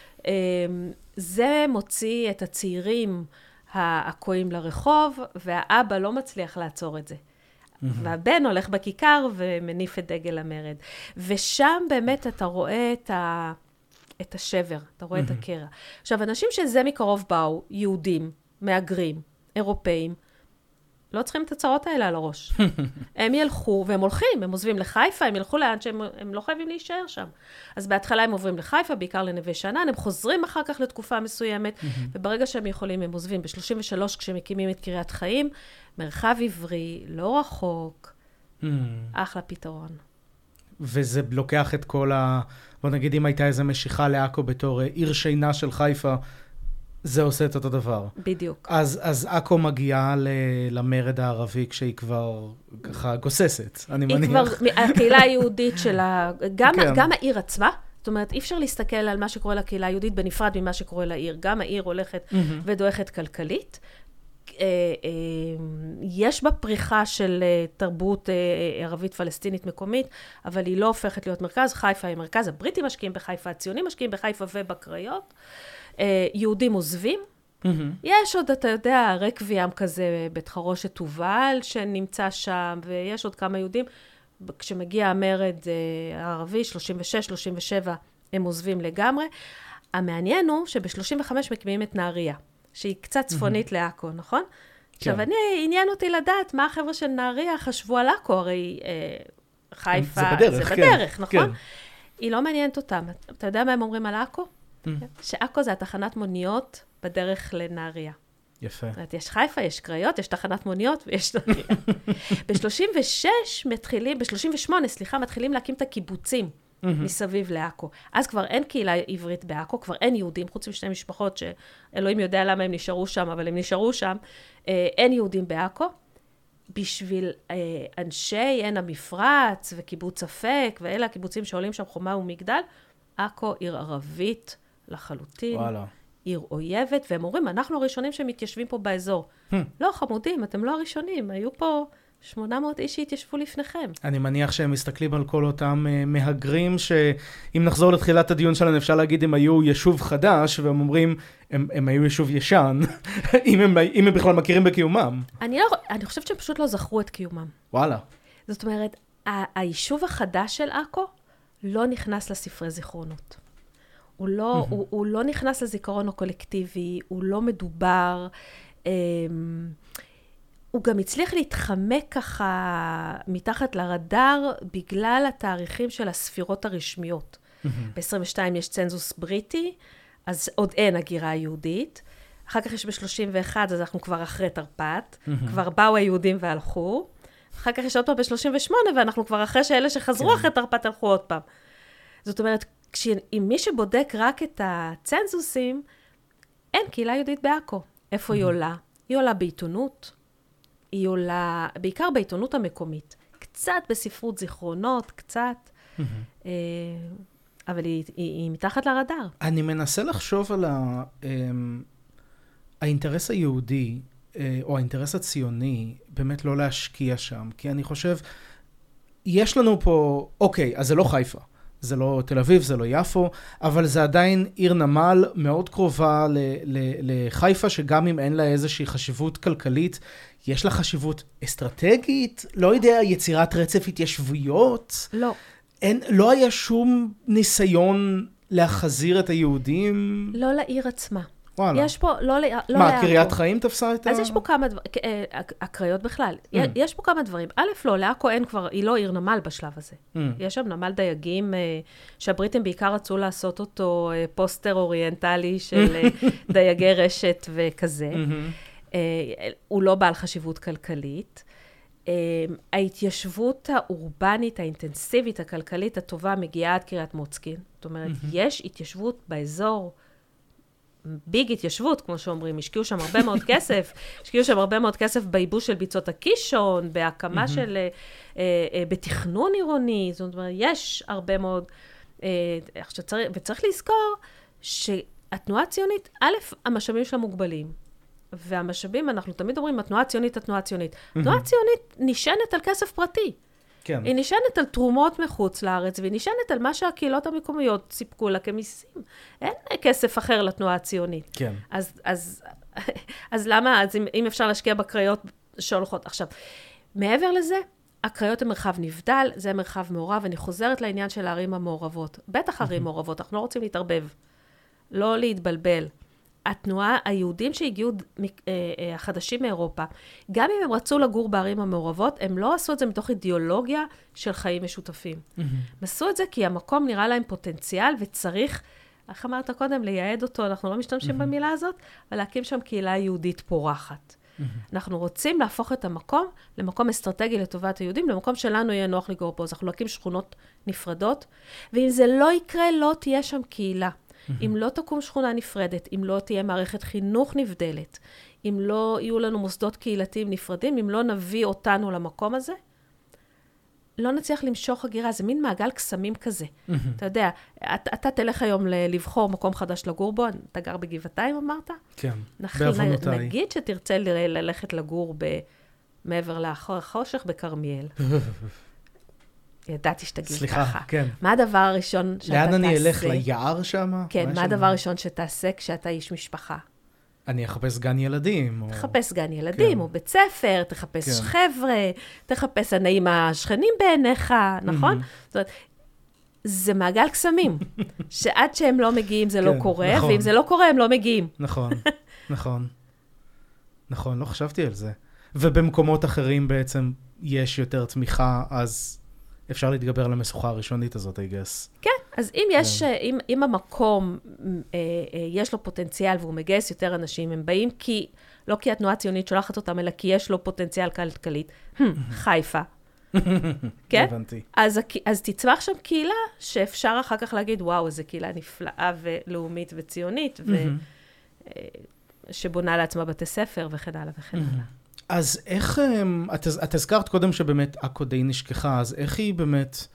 זה מוציא את הצעירים העכואים לרחוב, והאבא לא מצליח לעצור את זה. והבן הולך בכיכר ומניף את דגל המרד. ושם באמת אתה רואה את, ה... את השבר, אתה רואה את הקרע. עכשיו, אנשים שזה מקרוב באו, יהודים, מאגרים, אירופאים, לא צריכים את הצרות האלה על הראש. הם ילכו, והם הולכים, הם עוזבים לחיפה, הם ילכו לאן שהם הם לא חייבים להישאר שם. אז בהתחלה הם עוברים לחיפה, בעיקר לנווה שאנן, הם חוזרים אחר כך לתקופה מסוימת, וברגע שהם יכולים, הם עוזבים. ב-שלושים ושלוש, כשהם מקימים את קריית חיים, מרחב עברי, לא רחוק, אחלה פתרון. וזה לוקח את כל ה... בוא נגיד, אם הייתה איזו משיכה לעכו בתור עיר שינה של חיפה, זה עושה את אותו דבר. בדיוק. אז, אז עכו מגיעה ל, למרד הערבי כשהיא כבר ככה גוססת, אני היא מניח. כבר, הקהילה היהודית שלה, גם, כן. גם העיר עצמה, זאת אומרת, אי אפשר להסתכל על מה שקורה לקהילה היהודית בנפרד ממה שקורה לעיר. גם העיר הולכת mm-hmm. ודועכת כלכלית. יש בה פריחה של תרבות ערבית פלסטינית מקומית, אבל היא לא הופכת להיות מרכז. חיפה היא מרכז, הבריטים משקיעים בחיפה, הציונים משקיעים בחיפה ובקריות. יהודים עוזבים. Mm-hmm. יש עוד, אתה יודע, רקוויאם כזה, בית חרושת תובל שנמצא שם, ויש עוד כמה יהודים. כשמגיע המרד הערבי, שלושים ושש שלושים ושבע, הם עוזבים לגמרי. המעניין הוא שב-שלושים וחמש מקימים את נהריה, שהיא קצת צפונית mm-hmm. לעכו, נכון? כן. עכשיו, אני, עניין אותי לדעת מה החבר'ה של נהריה חשבו על עכו, הרי אה, חיפה, זה בדרך, זה כן. בדרך, נכון? כן. היא לא מעניינת אותם. אתה יודע מה הם אומרים על עכו? שעכו זה התחנת מוניות בדרך לנהריה. יפה. זאת אומרת, יש חיפה, יש קריות, יש תחנת מוניות ויש נהריה. ב-שלושים ושש מתחילים, ב-שלושים ושמונה, סליחה, מתחילים להקים את הקיבוצים מסביב לעכו. אז כבר אין קהילה עברית בעכו, כבר אין יהודים, חוץ משתי משפחות שאלוהים יודע למה הם נשארו שם, אבל הם נשארו שם. אין יהודים בעכו. בשביל אנשי עין המפרץ וקיבוץ אפק, ואלה הקיבוצים שעולים שם חומה ומגדל, עכו עיר ערבית לחלוטין, וואלה. עיר אויבת, והם אומרים, אנחנו הראשונים שמתיישבים פה באזור. לא, חמודים, אתם לא הראשונים, היו פה שמונה מאות איש שהתיישבו לפניכם. אני מניח שהם מסתכלים על כל אותם uh, מהגרים, שאם נחזור לתחילת הדיון שלנו, אפשר להגיד, הם היו יישוב חדש, והם אומרים, הם, הם היו יישוב ישן, אם, הם, אם הם בכלל מכירים בקיומם. אני, לא, אני חושבת שהם פשוט לא זכרו את קיומם. וואלה. זאת אומרת, היישוב החדש של עכו לא נכנס לספרי זיכרונות. הוא לא, mm-hmm. הוא, הוא לא נכנס לזיכרון הקולקטיבי, הוא לא מדובר, אה, הוא גם הצליח להתחמק ככה מתחת לרדאר, בגלל התאריכים של הספירות הרשמיות. Mm-hmm. ב-עשרים ושתיים יש צנזוס בריטי, אז עוד אין הגירה יהודית. אחר כך יש ב-שלושים ואחת, אז אנחנו כבר אחרי תרפ"ט, mm-hmm. כבר באו היהודים והלכו. אחר כך יש עוד פעם ב-שלושים ושמונה, ואנחנו כבר אחרי שאלה שחזרו כן. אחרי תרפ"ט הלכו עוד פעם. זאת אומרת, אם מי שבודק רק את הצנזוסים, אין קהילה יהודית בעכו. איפה mm-hmm. היא עולה? היא עולה בעיתונות, היא עולה בעיקר בעיתונות המקומית. קצת בספרות זיכרונות, קצת, mm-hmm. אה, אבל היא, היא, היא מתחת לרדאר. אני מנסה לחשוב על ה, אה, האינטרס היהודי, אה, או האינטרס הציוני, באמת לא להשקיע שם, כי אני חושב, יש לנו פה, אוקיי, אז זה לא חיפה. זה לא תל אביב, זה לא יפו, אבל זה עדיין עיר נמל מאוד קרובה ל- ל- לחיפה, שגם אם אין לה איזושהי חשיבות כלכלית, יש לה חשיבות אסטרטגית, לא יודע, יצירת רצף התיישבויות. לא. אין, לא היה שום ניסיון להחזיר את היהודים. לא לעיר עצמה. וואלה. יש פה, לא, לא מה, קריית חיים תפסה את ה... אז יש פה כמה דברים, הקריות בכלל, mm. יש פה כמה דברים. א', לא, לעכו אין כבר, היא לא עיר נמל בשלב הזה. Mm. יש שם נמל דייגים, שהבריטים בעיקר רצו לעשות אותו פוסטר אוריינטלי של דייגי רשת וכזה. Mm-hmm. הוא לא בעל חשיבות כלכלית. ההתיישבות האורבנית, האינטנסיבית, הכלכלית הטובה, מגיעה עד קריית מוצקין. זאת אומרת, mm-hmm. יש התיישבות באזור, ביג התיישבות, כמו שאומרים, השקיעו שם הרבה מאוד כסף, השקיעו שם הרבה מאוד כסף בייבוש של ביצות הקישון, בהקמה mm-hmm. של, אה, אה, בתכנון עירוני, זאת אומרת, יש הרבה מאוד, אה, שצריך, וצריך לזכור שהתנועה הציונית, א', המשאבים שלה מוגבלים, והמשאבים, אנחנו תמיד אומרים, התנועה הציונית, התנועה הציונית. Mm-hmm. התנועה הציונית נשענת על כסף פרטי. כן. היא נשענת על תרומות מחוץ לארץ, והיא נשענת על מה שהקהילות המקומיות סיפקו לה כמיסים. אין כסף אחר לתנועה הציונית. כן. אז, אז, אז למה, אז אם, אם אפשר להשקיע בקריות שהולכות. עכשיו, מעבר לזה, הקריות הן מרחב נבדל, זה מרחב מעורב, אני חוזרת לעניין של הערים המעורבות. בטח ערים מעורבות, אנחנו לא רוצים להתערבב. לא להתבלבל. התנועה, היהודים שהגיעו, החדשים מאירופה, גם אם הם רצו לגור בערים המעורבות, הם לא עשו את זה מתוך אידיאולוגיה של חיים משותפים. Mm-hmm. הם עשו את זה כי המקום נראה להם פוטנציאל, וצריך, איך אמרת קודם, לייעד אותו, אנחנו לא משתמשים mm-hmm. במילה הזאת, אבל להקים שם קהילה יהודית פורחת. Mm-hmm. אנחנו רוצים להפוך את המקום למקום אסטרטגי לטובת היהודים, למקום שלנו יהיה נוח לגור פה, אז אנחנו להקים שכונות נפרדות, ואם זה לא יקרה, לא תהיה שם קהילה. אם לא תקום שכונה נפרדת, אם לא תהיה מערכת חינוך נבדלת, אם לא יהיו לנו מוסדות קהילתיים נפרדים, אם לא נביא אותנו למקום הזה, לא נצליח למשוך הגירה, זה מין מעגל קסמים כזה. אתה יודע, אתה, אתה תלך היום לבחור מקום חדש לגור בו, אתה גר בגבעתיים, אמרת? כן, בעוונותיי. נגיד שתרצה ללכת לגור מעבר לחושך בכרמיאל. ידעתי שתגיד ככה. סליחה, כן. מה הדבר הראשון שאתה תעשה? לאן אני אלך? ליער שם? כן, מה הדבר הראשון שתעשה כשאתה איש משפחה? אני אחפש גן ילדים. תחפש גן ילדים, או בית ספר, תחפש חבר'ה, תחפש הנעים השכנים בעיניך, נכון? זאת אומרת, זה מעגל קסמים, שעד שהם לא מגיעים זה לא קורה, ואם זה לא קורה הם לא מגיעים. נכון, נכון. נכון, לא חשבתי על זה. ובמקומות אחרים בעצם יש יותר תמיכה, אז אפשר להתגבר על המשוכה הראשונית הזאת, I guess. כן, אז אם יש, אם, אם המקום, אה, אה, יש לו פוטנציאל והוא מגייס יותר אנשים, הם באים כי, לא כי התנועה הציונית שולחת אותם, אלא כי יש לו פוטנציאל כלכלית. חיפה. כן? הבנתי. אז, אז תצמח שם קהילה שאפשר אחר כך להגיד, וואו, איזו קהילה נפלאה ולאומית וציונית, ו, אה, שבונה לעצמה בתי ספר וכן הלאה וכן הלאה. אז איך, את, את הזכרת קודם שבאמת עכו די נשכחה, אז איך היא באמת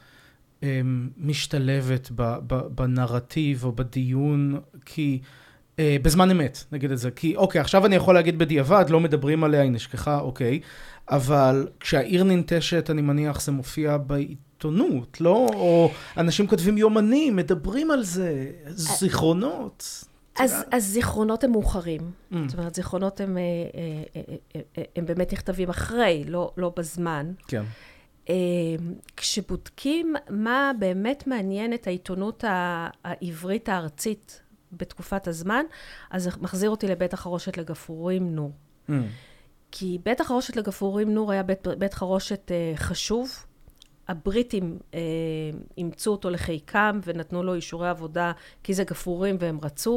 משתלבת ב, ב, בנרטיב או בדיון, כי בזמן אמת, נגיד את זה, כי אוקיי, עכשיו אני יכול להגיד בדיעבד, לא מדברים עליה, היא נשכחה, אוקיי, אבל כשהעיר ננטשת, אני מניח, זה מופיע בעיתונות, לא? או אנשים כותבים יומנים, מדברים על זה, זיכרונות. אז, אז זיכרונות הם מאוחרים. Mm. זאת אומרת, זיכרונות הם, הם, הם באמת נכתבים אחרי, לא, לא בזמן. כן. כשבודקים מה באמת מעניין את העיתונות העברית הארצית בתקופת הזמן, אז זה מחזיר אותי לבית החרושת לגפרורים נור. Mm. כי בית החרושת לגפרורים נור היה בית, בית חרושת אה, חשוב. הבריטים אה, אימצו אותו לחיקם ונתנו לו אישורי עבודה, כי זה גפרורים והם רצו.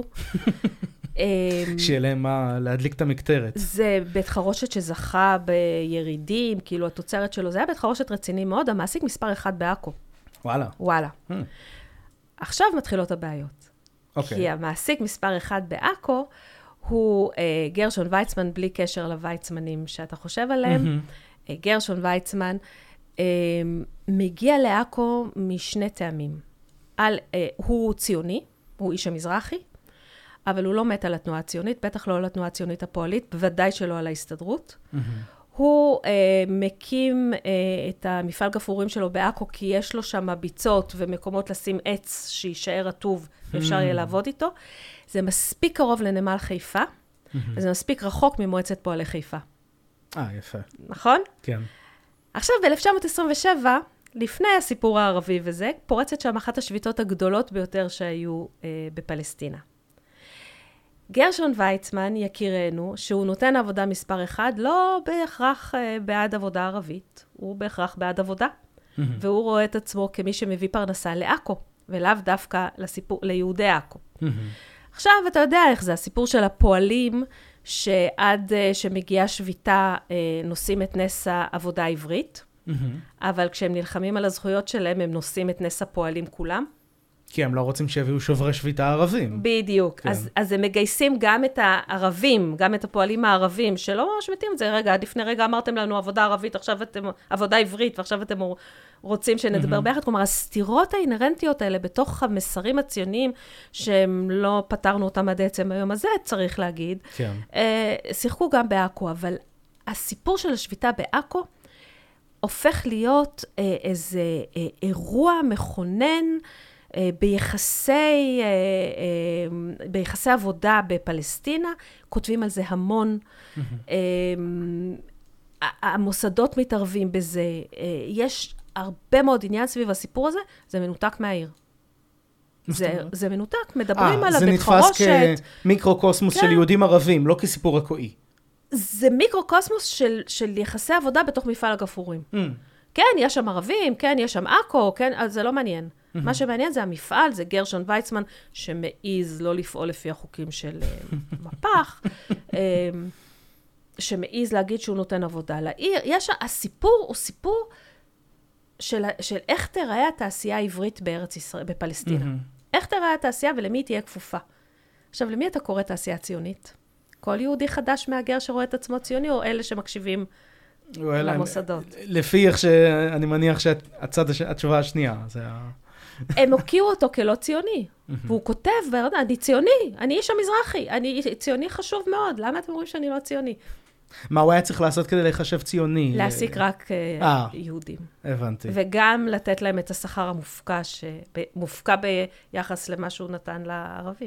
שיהיה להם מה להדליק את המקטרת. זה בית חרושת שזכה בירידים, כאילו התוצרת שלו, זה היה בית חרושת רציני מאוד, המעסיק מספר אחד בעכו. וואלה. וואלה. Hmm. עכשיו מתחילות הבעיות. אוקיי. כי המעסיק מספר אחד בעכו, הוא אה, גרשון ויצמן, בלי קשר לויצמנים שאתה חושב עליהם. Mm-hmm. אה, גרשון ויצמן אה, מגיע לעכו משני טעמים. על, אה, הוא ציוני, הוא איש המזרחי, אבל הוא לא מת על התנועה הציונית, בטח לא על התנועה הציונית הפועלית, בוודאי שלא על ההסתדרות. Mm-hmm. הוא אה, מקים אה, את המפעל גפרורים שלו בעכו, כי יש לו שם ביצות ומקומות לשים עץ שישאר רטוב, ואפשר יהיה לעבוד איתו. זה מספיק קרוב לנמל חיפה, וזה מספיק רחוק ממועצת פועלי חיפה. אה, יפה. נכון? כן. עכשיו, ב-אלף תשע מאות עשרים ושבע, לפני הסיפור הערבי וזה, פורצת שם אחת השביתות הגדולות ביותר שהיו אה, בפלסטינה. גרשון ויצמן יכירנו שהוא נותן עבודה מספר אחד, לא בהכרח אה, בעד עבודה ערבית, הוא בהכרח בעד עבודה, והוא רואה את עצמו כמי שמביא פרנסה לעכו, ולאו דווקא לסיפור, ליהודי עכו. עכשיו, אתה יודע איך זה, הסיפור של הפועלים, שעד uh, שמגיעה שביתה, uh, נושאים את נס העבודה העברית, mm-hmm. אבל כשהם נלחמים על הזכויות שלהם, הם נושאים את נס הפועלים כולם. כי הם לא רוצים שיביאו שוברי שביתה ערבים. בדיוק. כן. אז, אז הם מגייסים גם את הערבים, גם את הפועלים הערבים, שלא משמיטים את זה. רגע, עד לפני רגע אמרתם לנו עבודה ערבית, עכשיו אתם, עבודה עברית, ועכשיו אתם רוצים שנדבר mm-hmm. ביחד. כלומר, הסתירות האינרנטיות האלה בתוך המסרים הציוניים, שהם לא פתרנו אותם עד עצם היום הזה, צריך להגיד, כן. אה, שיחקו גם בעכו, אבל הסיפור של השביתה בעכו, הופך להיות אה, איזה אה, אירוע מכונן, ביחסי, ביחסי עבודה בפלסטינה, כותבים על זה המון. המוסדות מתערבים בזה. יש הרבה מאוד עניין סביב הסיפור הזה, זה מנותק מהעיר. זה, זה מנותק, מדברים על הבית חרושת. זה נתפס כמיקרוקוסמוס של יהודים ערבים, לא כסיפור עכואי. זה מיקרוקוסמוס של, של יחסי עבודה בתוך מפעל הגפרורים. כן, יש שם ערבים, כן, יש שם עכו, כן, אז זה לא מעניין. Mm-hmm. מה שמעניין זה המפעל, זה גרשון ויצמן, שמעיז לא לפעול לפי החוקים של מפח, שמעיז להגיד שהוא נותן עבודה לעיר. יש, הסיפור הוא סיפור של, של איך תראה התעשייה העברית בארץ ישראל, בפלסטינה. Mm-hmm. איך תראה התעשייה ולמי תהיה כפופה. עכשיו, למי אתה קורא תעשייה ציונית? כל יהודי חדש מהגר שרואה את עצמו ציוני, או אלה שמקשיבים למוסדות? לפי איך שאני מניח שהצד, התשובה השנייה, זה ה... הם הוקיעו אותו כלא ציוני, והוא כותב, אני ציוני, אני איש המזרחי, אני ציוני חשוב מאוד, למה אתם אומרים שאני לא ציוני? מה הוא היה צריך לעשות כדי להיחשב ציוני? להעסיק רק יהודים. הבנתי. וגם לתת להם את השכר המופקע, מופקע ביחס למה שהוא נתן לערבים.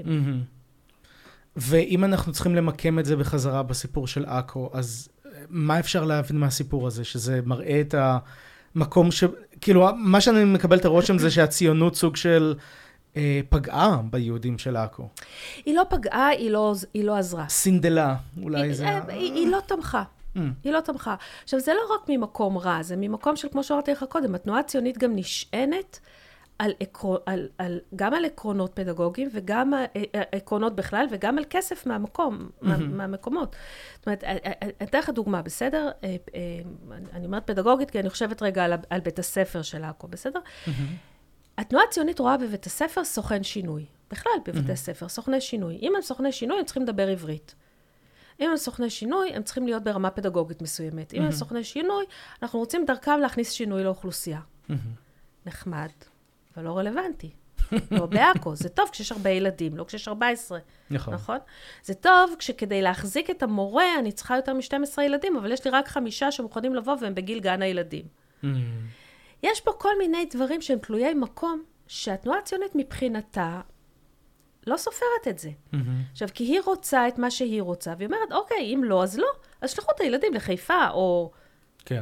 ואם אנחנו צריכים למקם את זה בחזרה בסיפור של עכו, אז מה אפשר להבין מהסיפור הזה? שזה מראה את המקום ש... כאילו, מה שאני מקבל את הרושם זה שהציונות סוג של אה, פגעה ביהודים של עכו. היא לא פגעה, היא לא, היא לא עזרה. סינדלה, אולי היא, זה... היא, היא, היא לא תמכה. Mm. היא לא תמכה. עכשיו, זה לא רק ממקום רע, זה ממקום של, כמו שאמרתי לך קודם, התנועה הציונית גם נשענת על עקר... על, על, גם על עקרונות פדגוגיים, וגם עקרונות בכלל, וגם על כסף מהמקום, mm-hmm. מה, מהמקומות. זאת אומרת, אני אתן לך דוגמה, בסדר? אני אומרת פדגוגית, כי אני חושבת רגע על, על בית הספר של עכו, בסדר? Mm-hmm. התנועה הציונית רואה בבית הספר סוכן שינוי. בכלל, בבית הספר, mm-hmm. סוכני שינוי. אם הם סוכני שינוי, הם צריכים לדבר עברית. אם הם סוכני שינוי, הם צריכים להיות ברמה פדגוגית מסוימת. אם mm-hmm. הם סוכני שינוי, אנחנו רוצים דרכם להכניס שינוי לאוכלוסייה. Mm-hmm. נחמד. אבל לא רלוונטי. לא בעכו. זה טוב כשיש הרבה ילדים, לא כשיש ארבע עשרה. נכון. נכון? זה טוב כשכדי להחזיק את המורה, אני צריכה יותר מ-שנים עשר ילדים, אבל יש לי רק חמישה שמוכנים לבוא והם בגיל גן הילדים. Mm. יש פה כל מיני דברים שהם תלויי מקום, שהתנועה הציונית מבחינתה לא סופרת את זה. Mm-hmm. עכשיו, כי היא רוצה את מה שהיא רוצה, והיא אומרת, אוקיי, אם לא, אז לא. אז שלחו את הילדים לחיפה, או... כן.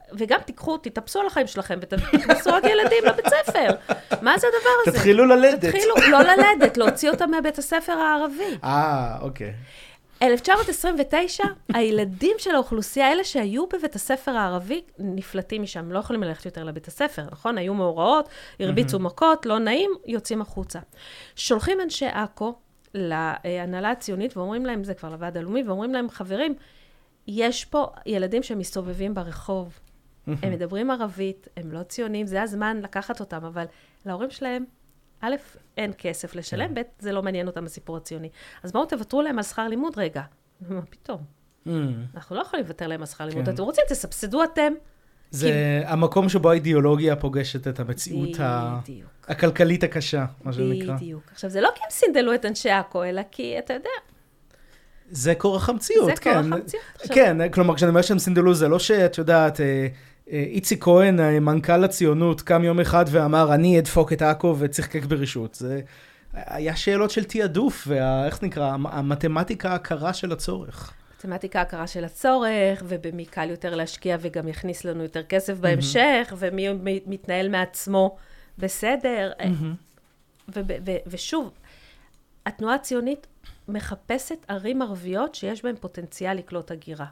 וגם תיקחו, תתאפסו על החיים שלכם, ותכנסו עוד ילדים לבית ספר. מה זה הדבר הזה? תתחילו ללדת. תתחילו, לא ללדת, להוציא אותם מבית הספר הערבי. אה, אוקיי. אלף תשע מאות עשרים ותשע, הילדים של האוכלוסייה, אלה שהיו בבית הספר הערבי, נפלטים משם, לא יכולים ללכת יותר לבית הספר, נכון? היו מאורעות, הרביצו מכות, לא נעים, יוצאים החוצה. שולחים אנשי עכו להנהלה הציונית, ואומרים להם, זה כבר לוועד הלאומי, ואומרים להם, חברים, יש פה ילדים שמסתובבים ברחוב, הם מדברים ערבית, הם לא ציונים, זה הזמן לקחת אותם, אבל להורים שלהם, א', אין כסף לשלם, ב', זה לא מעניין אותם הסיפור הציוני. אז בואו תוותרו להם על שכר לימוד רגע. מה פתאום? אנחנו לא יכולים לוותר להם על שכר לימוד. אתם רוצים, תסבסדו אתם. זה המקום שבו האידיאולוגיה פוגשת את המציאות הכלכלית הקשה, מה שנקרא. בדיוק. עכשיו, זה לא כי הם סינדלו את אנשי עכו, אלא כי, אתה יודע, זה כורח המציאות, כן. זה כורח המציאות. כן, כלומר, כשאני אומר שהם סינדלו, זה לא שאת יודעת, איציק כהן, מנכ"ל הציונות, קם יום אחד ואמר, אני אדפוק את עכו וצחקק ברישות. זה היה שאלות של תיעדוף, ואיך נקרא, המתמטיקה הקרה של הצורך. מתמטיקה הקרה של הצורך, ובמי קל יותר להשקיע וגם יכניס לנו יותר כסף בהמשך, ומי מתנהל מעצמו בסדר. ושוב, התנועה הציונית מחפשת ערים ערביות שיש בהן פוטנציאל לקלוט הגירה.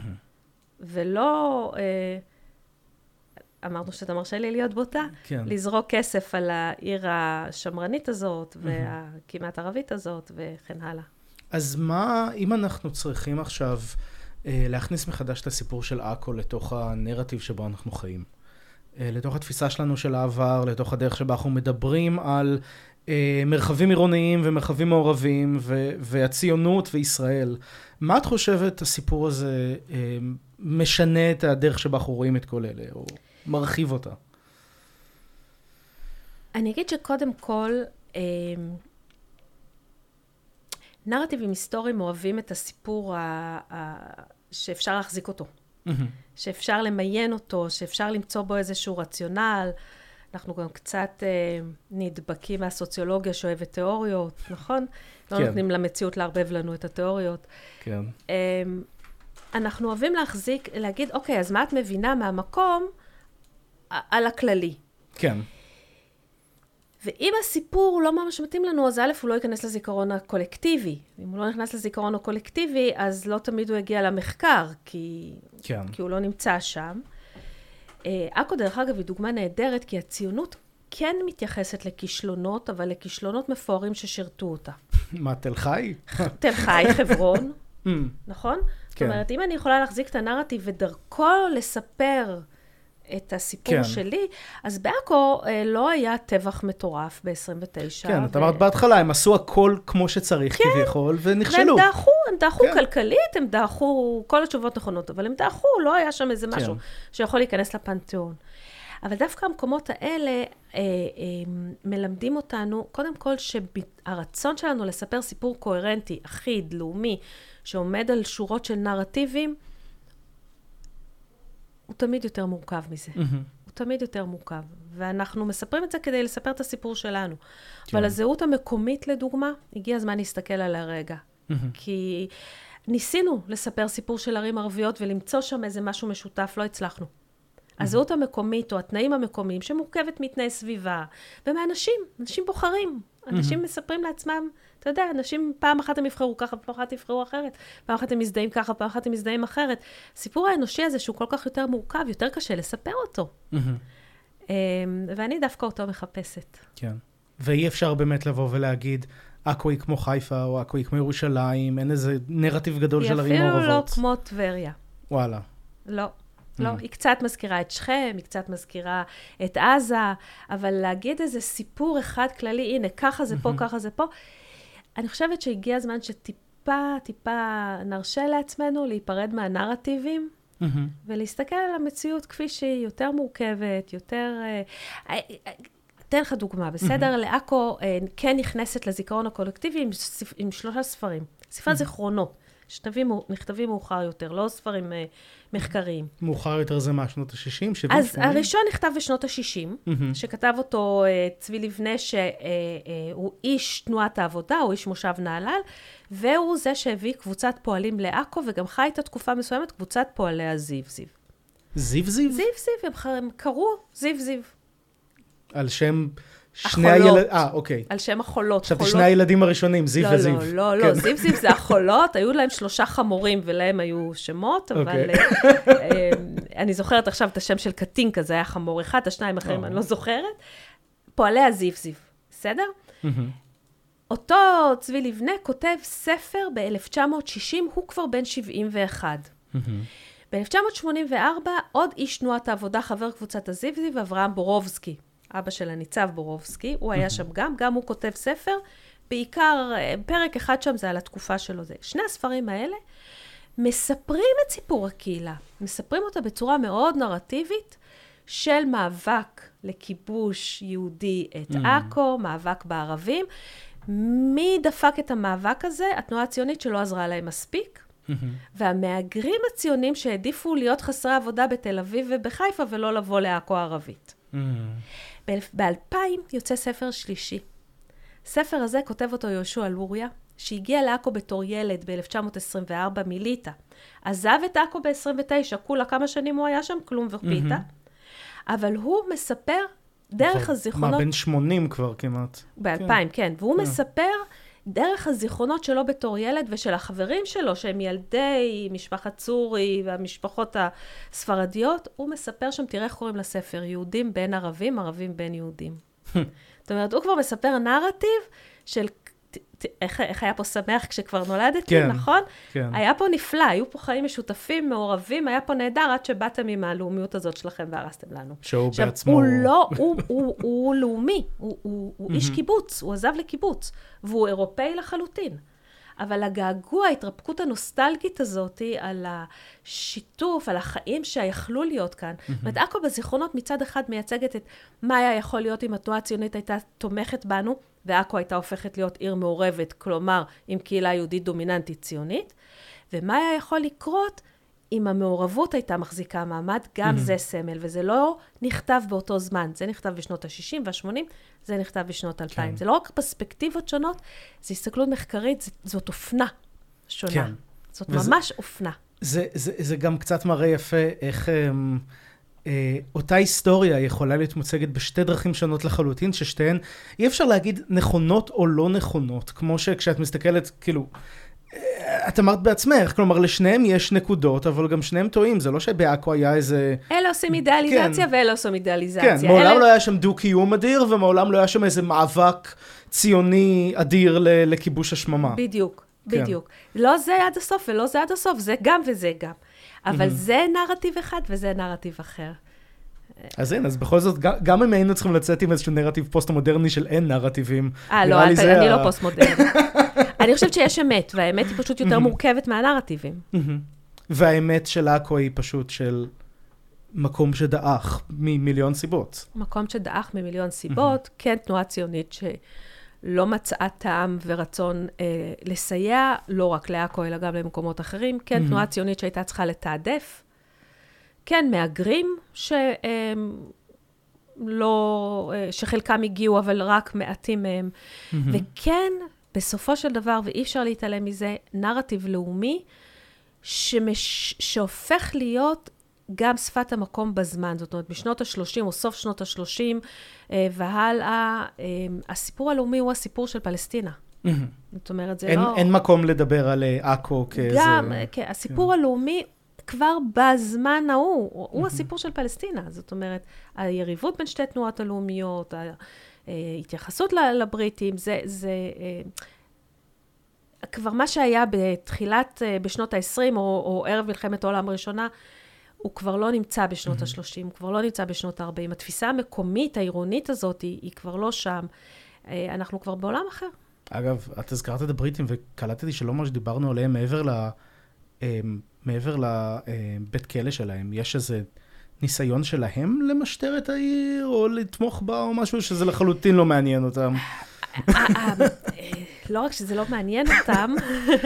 ולא, אמרנו שאתה מרשה לי להיות בוטה, כן. לזרוק כסף על העיר השמרנית הזאת, והכמעט ערבית הזאת, וכן הלאה. אז מה, אם אנחנו צריכים עכשיו להכניס מחדש את הסיפור של עכו לתוך הנרטיב שבו אנחנו חיים, לתוך התפיסה שלנו של העבר, לתוך הדרך שבה אנחנו מדברים על מרחבים עירוניים ומרחבים מעורבים והציונות וישראל. מה את חושבת הסיפור הזה משנה את הדרך שבה אנחנו רואים את כל אלה, או מרחיב אותה? אני אגיד שקודם כל, נרטיבים היסטוריים אוהבים את הסיפור שאפשר להחזיק אותו, שאפשר למיין אותו, שאפשר למצוא בו איזשהו רציונל. אנחנו גם קצת אה, נדבקים מהסוציולוגיה שאוהבת תיאוריות, נכון? כן. לא נותנים למציאות להרבב לנו את התיאוריות. כן. אה, אנחנו אוהבים להחזיק, להגיד, אוקיי, אז מה את מבינה מהמקום על הכללי? כן. ואם הסיפור לא ממש מתאים לנו, אז א', הוא לא ייכנס לזיכרון הקולקטיבי. אם הוא לא נכנס לזיכרון הקולקטיבי, אז לא תמיד הוא יגיע למחקר, כי, כן. כי הוא לא נמצא שם. עכו, דרך אגב, היא דוגמה נהדרת, כי הציונות כן מתייחסת לכישלונות, אבל לכישלונות מפוארים ששירתו אותה. מה, תל חי? תל חי, חברון, נכון? זאת אומרת, אם אני יכולה להחזיק את הנרטיב ודרכו לספר את הסיפור כן. שלי, אז בעכו אה, לא היה טבח מטורף ב-עשרים ותשע. כן, ו... את אמרת בהתחלה, הם עשו הכל כמו שצריך כן. כביכול, ונכשלו. והם דאחו, הם דאחו כן. כלכלית, הם דאחו, כל התשובות נכונות, אבל הם דאחו, לא היה שם איזה משהו כן. שיכול להיכנס לפנתיאון. אבל דווקא המקומות האלה אה, אה, מלמדים אותנו, קודם כל שהרצון שלנו לספר סיפור קוהרנטי, אחיד, לאומי, שעומד על שורות של נרטיבים, הוא תמיד יותר מורכב מזה. Mm-hmm. הוא תמיד יותר מורכב. ואנחנו מספרים את זה כדי לספר את הסיפור שלנו. כן. אבל הזהות המקומית, לדוגמה, הגיע הזמן להסתכל על הרגע. Mm-hmm. כי ניסינו לספר סיפור של ערים ערביות ולמצוא שם איזה משהו משותף, לא הצלחנו. Mm-hmm. הזהות המקומית או התנאים המקומיים שמורכבת מתנאי סביבה, ומאנשים, אנשים בוחרים. אנשים mm-hmm. מספרים לעצמם, אתה יודע, אנשים פעם אחת הם יבחרו ככה, פעם אחת יבחרו אחרת, פעם אחת הם מזדהים ככה, פעם אחת הם מזדהים אחרת. הסיפור האנושי הזה שהוא כל כך יותר מורכב, יותר קשה לספר אותו. Mm-hmm. ואני דווקא אותו מחפשת. כן. ואי אפשר באמת לבוא ולהגיד, עכו היא כמו חיפה, או עכו היא כמו ירושלים, אין איזה נרטיב גדול של ערים מעורבות. היא אפילו לא כמו טבריה. וואלה. לא. לא, היא קצת מזכירה את שכם, היא קצת מזכירה את עזה, אבל להגיד איזה סיפור אחד כללי, הנה, ככה זה פה, ככה זה פה, אני חושבת שהגיע הזמן שטיפה, טיפה נרשה לעצמנו להיפרד מהנרטיבים, ולהסתכל על המציאות כפי שהיא יותר מורכבת, יותר... אתן לך דוגמה, בסדר? לעכו כן נכנסת לזיכרון הקולקטיבי עם שלושה ספרים, ספרי זיכרונות. שנכתבים מאוחר יותר, לא ספרים מחקריים. מאוחר יותר זה מה, שנות ה-שישים? שבעים? אז הראשון נכתב בשנות ה-שישים, שכתב אותו צבי לבנה, שהוא איש תנועת העבודה, הוא איש מושב נהלל, והוא זה שהביא קבוצת פועלים לעכו, וגם חי את התקופה מסוימת, קבוצת פועלי הזיו זיו. זיו זיו? זיו זיו, הם קראו זיו זיו. על שם שני הילדים, אה, אוקיי. על שם החולות. חשבתי שני הילדים הראשונים, זיו וזיו. לא, לא, לא, זיו זיו זה החולות, היו להם שלושה חמורים ולהם היו שמות, אבל אני זוכרת עכשיו את השם של קטינקה, זה היה חמור אחד, השניים אחרים אני לא זוכרת. פועלי הזיו זיו, בסדר? אותו צבי לבנה כותב ספר ב-אלף תשע מאות שישים, הוא כבר בן שבעים ואחת. ב-אלף תשע מאות שמונים וארבע, עוד איש תנועת העבודה, חבר קבוצת הזיו זיו, אברהם בורובסקי, אבא של הניצב בורובסקי, הוא היה שם גם, גם הוא כותב ספר, בעיקר פרק אחד שם זה על התקופה שלו. זה. שני הספרים האלה מספרים את סיפור הקהילה, מספרים אותה בצורה מאוד נרטיבית, של מאבק לכיבוש יהודי את עכו, מאבק בערבים. מי דפק את המאבק הזה? התנועה הציונית שלא עזרה להם מספיק, והמהגרים הציונים שהעדיפו להיות חסרי עבודה בתל אביב ובחיפה, ולא לבוא לעכו הערבית. ב-אלפיים יוצא ספר שלישי. ספר הזה כותב אותו יהושע לוריה, שהגיע לעכו בתור ילד ב-אלף תשע מאות עשרים וארבע מליטא. עזב את עכו ב-עשרים ותשע, כולה כמה שנים הוא היה שם, כלום ופיתה. אבל הוא מספר דרך הזיכרונות... מה, בן שמונים כבר כמעט. ב-אלפיים, כן. והוא מספר דרך הזיכרונות שלו בתור ילד ושל החברים שלו, שהם ילדי משפחת צורי והמשפחות הספרדיות, הוא מספר שם, תראה איך קוראים לספר, יהודים בין ערבים, ערבים בין יהודים. זאת אומרת, הוא כבר מספר נרטיב של... איך, איך היה פה שמח כשכבר נולדתי, כן, נכון? כן. היה פה נפלא, היו פה חיים משותפים, מעורבים, היה פה נהדר, עד שבאתם עם הלאומיות הזאת שלכם והרסתם לנו. שהוא עכשיו, בעצמו... הוא לא, הוא, הוא, הוא לאומי, הוא, הוא, הוא איש קיבוץ, הוא עזב לקיבוץ, והוא אירופאי לחלוטין. אבל הגעגוע, ההתרפקות הנוסטלגית הזאת, על השיתוף, על החיים שיכלו להיות כאן. זאת אומרת, עכו בזיכרונות מצד אחד מייצגת את מה היה יכול להיות אם התנועה הציונית הייתה תומכת בנו, ועכו הייתה הופכת להיות עיר מעורבת, כלומר, עם קהילה יהודית דומיננטית ציונית, ומה היה יכול לקרות אם המעורבות הייתה מחזיקה מעמד, גם זה סמל, וזה לא נכתב באותו זמן, זה נכתב בשנות ה-שישים וה-שמונים, זה נכתב בשנות אלפיים. כן. זה לא רק פרספקטיבות שונות, זה הסתכלות מחקרית, זאת אופנה שונה. כן. זאת וזה, ממש אופנה. זה, זה, זה גם קצת מראה יפה איך... אה, אותה היסטוריה יכולה להיות מוצגת בשתי דרכים שונות לחלוטין, ששתיהן, אי אפשר להגיד נכונות או לא נכונות, כמו שכשאת מסתכלת, כאילו, אה, את אמרת בעצמך, כלומר, לשניהם יש נקודות, אבל גם שניהם טועים, זה לא שבעכו היה איזה... אלה עושים אידאליזציה, כן. ואלה עושים אידאליזציה. כן, מעולם אלה... לא היה שם דו-קיום אדיר, ומעולם לא היה שם איזה מאבק ציוני אדיר לכיבוש השממה. בדיוק, בדיוק. כן. לא זה עד הסוף ולא זה עד הסוף, זה גם וזה גם. אבל זה נרטיב אחד וזה נרטיב אחר. אז אין, אז בכל זאת, גם אם היינו צריכים לצאת עם איזשהו נרטיב פוסט-מודרני של אין נרטיבים. אה, לא, אני לא פוסט-מודרני. אני חושבת שיש אמת, והאמת היא פשוט יותר מורכבת מהנרטיבים. והאמת של עכו היא פשוט של מקום שדאח ממיליון סיבות. מקום שדאח ממיליון סיבות, כן, תנועה ציונית ש... לא מצאה טעם ורצון אה, לסייע, לא רק לעכו, אלא גם למקומות אחרים. כן, mm-hmm. תנועה ציונית שהייתה צריכה לתעדף. כן, מהגרים, ש, אה, לא, אה, שחלקם הגיעו, אבל רק מעטים מהם. Mm-hmm. וכן, בסופו של דבר, ואי אפשר להתעלם מזה, נרטיב לאומי, שמש, שהופך להיות גם שפת המקום בזמן. זאת אומרת, בשנות ה-שלושים, או סוף שנות ה-שלושים, והלאה, הסיפור הלאומי הוא הסיפור של פלסטינה. זאת אומרת, זה לא... אין מקום לדבר על עכו כאיזה... גם, כן, הסיפור הלאומי כבר בזמן ההוא, הוא הסיפור של פלסטינה. זאת אומרת, היריבות בין שתי תנועות הלאומיות, ההתייחסות לבריטים, זה... כבר מה שהיה בתחילת, בשנות ה-עשרים, או ערב מלחמת העולם הראשונה, הוא כבר לא נמצא בשנות mm-hmm. ה-שלושים, הוא כבר לא נמצא בשנות ה-ארבעים. התפיסה המקומית, העירונית הזאת, היא, היא כבר לא שם. אנחנו כבר בעולם אחר. אגב, את הזכרת את הבריטים, וקלטתי שלא ממש דיברנו עליהם מעבר ל... מעבר לבית כלא שלהם. יש איזה ניסיון שלהם למשטר את העיר, או לתמוך בה, או משהו שזה לחלוטין לא מעניין אותם. לא רק שזה לא מעניין אותם,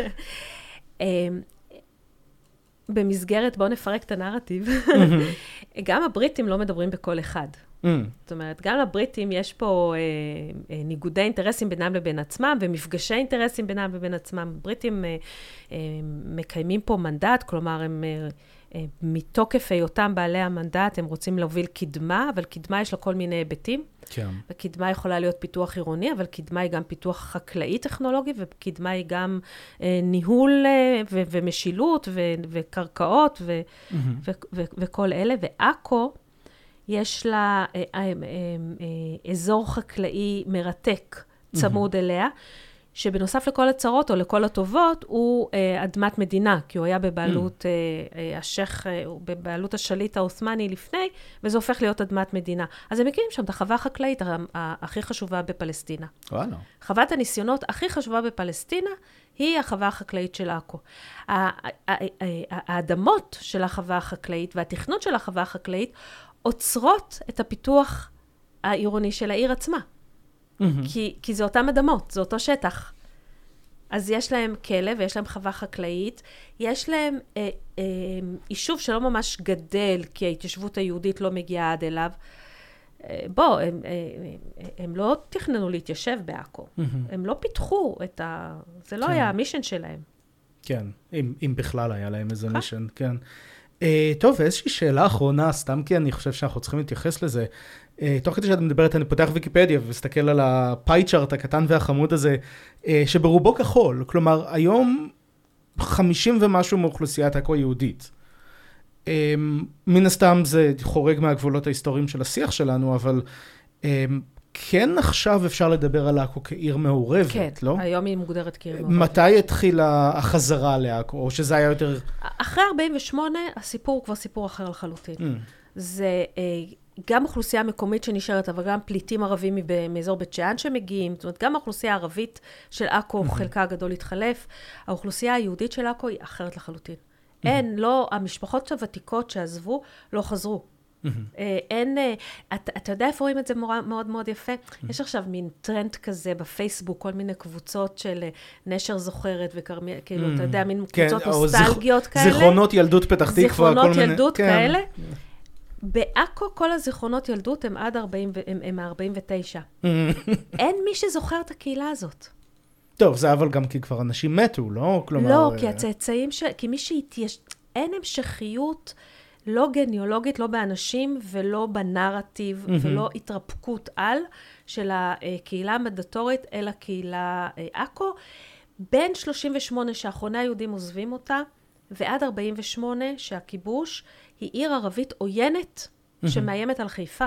במסגרת, בואו נפרק את הנרטיב, גם הבריטים לא מדברים בכל אחד. זאת אומרת, גם לבריטים יש פה ניגודי אינטרסים בינם לבין עצמם, ומפגשי אינטרסים בינם לבין עצמם. בריטים מקיימים פה מנדט, כלומר, הם מתוקף היותם בעלי המנדט, הם רוצים להוביל קדמה, אבל קדמה יש לה כל מיני היבטים. כן. וקדמה יכולה להיות פיתוח עירוני, אבל קדמה היא גם פיתוח חקלאי טכנולוגי, וקדמה היא גם אה, ניהול אה, ו- ומשילות ו- וקרקעות ו- mm-hmm. ו- ו- וכל אלה. ועכו, יש לה אה, אה, אה, אה, אזור חקלאי מרתק צמוד mm-hmm. אליה, שבנוסף לכל הצרות או לכל הטובות, הוא אה, אדמת מדינה, כי הוא היה בבעלות mm. אה, אה, השייך, אה, בבעלות השליט העות'מאני לפני, וזה הופך להיות אדמת מדינה. אז הם מקימים שם את החווה החקלאית הכי חשובה בפלסטינה. וואלה. חוות הניסיונות הכי חשובה בפלסטינה, היא החווה החקלאית של עכו. האדמות של החווה החקלאית והתכנון של החווה החקלאית, עוצרות את הפיתוח העירוני של העיר עצמה. Mm-hmm. כי, כי זה אותם אדמות, זה אותו שטח. אז יש להם כלא ויש להם חווה חקלאית, יש להם אה, אה, יישוב שלא ממש גדל, כי ההתיישבות היהודית לא מגיעה עד אליו. אה, בוא, הם, אה, הם לא תכננו להתיישב בעכו. Mm-hmm. הם לא פיתחו את ה... זה לא כן. היה המישן שלהם. כן, אם, אם בכלל היה להם איזה מישן, כן. אה, טוב, ואיזושהי שאלה אחרונה, סתם כי אני חושב שאנחנו צריכים להתייחס לזה. Uh, תוך כדי שאת מדברת, אני פותח ויקיפדיה ומסתכל על הפאי צ'ארט הקטן והחמוד הזה, uh, שברובו כחול. כלומר, היום חמישים ומשהו מאוכלוסיית עכו היהודית. Um, מן הסתם זה חורג מהגבולות ההיסטוריים של השיח שלנו, אבל um, כן עכשיו אפשר לדבר על עכו כעיר מעורבת, כן, לא? כן, היום היא מוגדרת כעיר מעורבת. מתי התחילה החזרה לעכו, או שזה היה יותר... אחרי ארבעים ושמונה, הסיפור הוא כבר סיפור אחר לחלוטין. Mm. זה... Uh, גם אוכלוסייה מקומית שנשארת, אבל גם פליטים ערבים מאזור בית שאן שמגיעים, זאת אומרת, גם האוכלוסייה הערבית של עכו, mm-hmm. חלקה הגדול התחלף, האוכלוסייה היהודית של עכו היא אחרת לחלוטין. Mm-hmm. אין, לא, המשפחות הוותיקות שעזבו, לא חזרו. Mm-hmm. אין, אתה, אתה יודע איפה רואים את זה מאוד מאוד יפה? Mm-hmm. יש עכשיו מין טרנד כזה בפייסבוק, כל מיני קבוצות של נשר זוכרת, וכאילו, mm-hmm. אתה יודע, מין קבוצות כן, נוסטלגיות זכ... כאלה. זכרונות ילדות פתח תקווה, זכרונות ילדות מיני... כאלה. כן. בעכו כל הזיכרונות ילדות הם עד ארבעים, הם, הם ארבעים ותשע. אין מי שזוכר את הקהילה הזאת. טוב, זה אבל גם כי כבר אנשים מתו, לא? כלומר... לא, כי הצאצאים ש... כי מי שהתייש... אין המשכיות לא גניאולוגית, לא באנשים ולא בנרטיב, ולא התרפקות על של הקהילה המנדטורית אל הקהילה עכו. בין שלושים ושמונה שאחרוני היהודים עוזבים אותה, ועד ארבעים ושמונה שהכיבוש היא עיר ערבית עוינת שמאיימת על חיפה.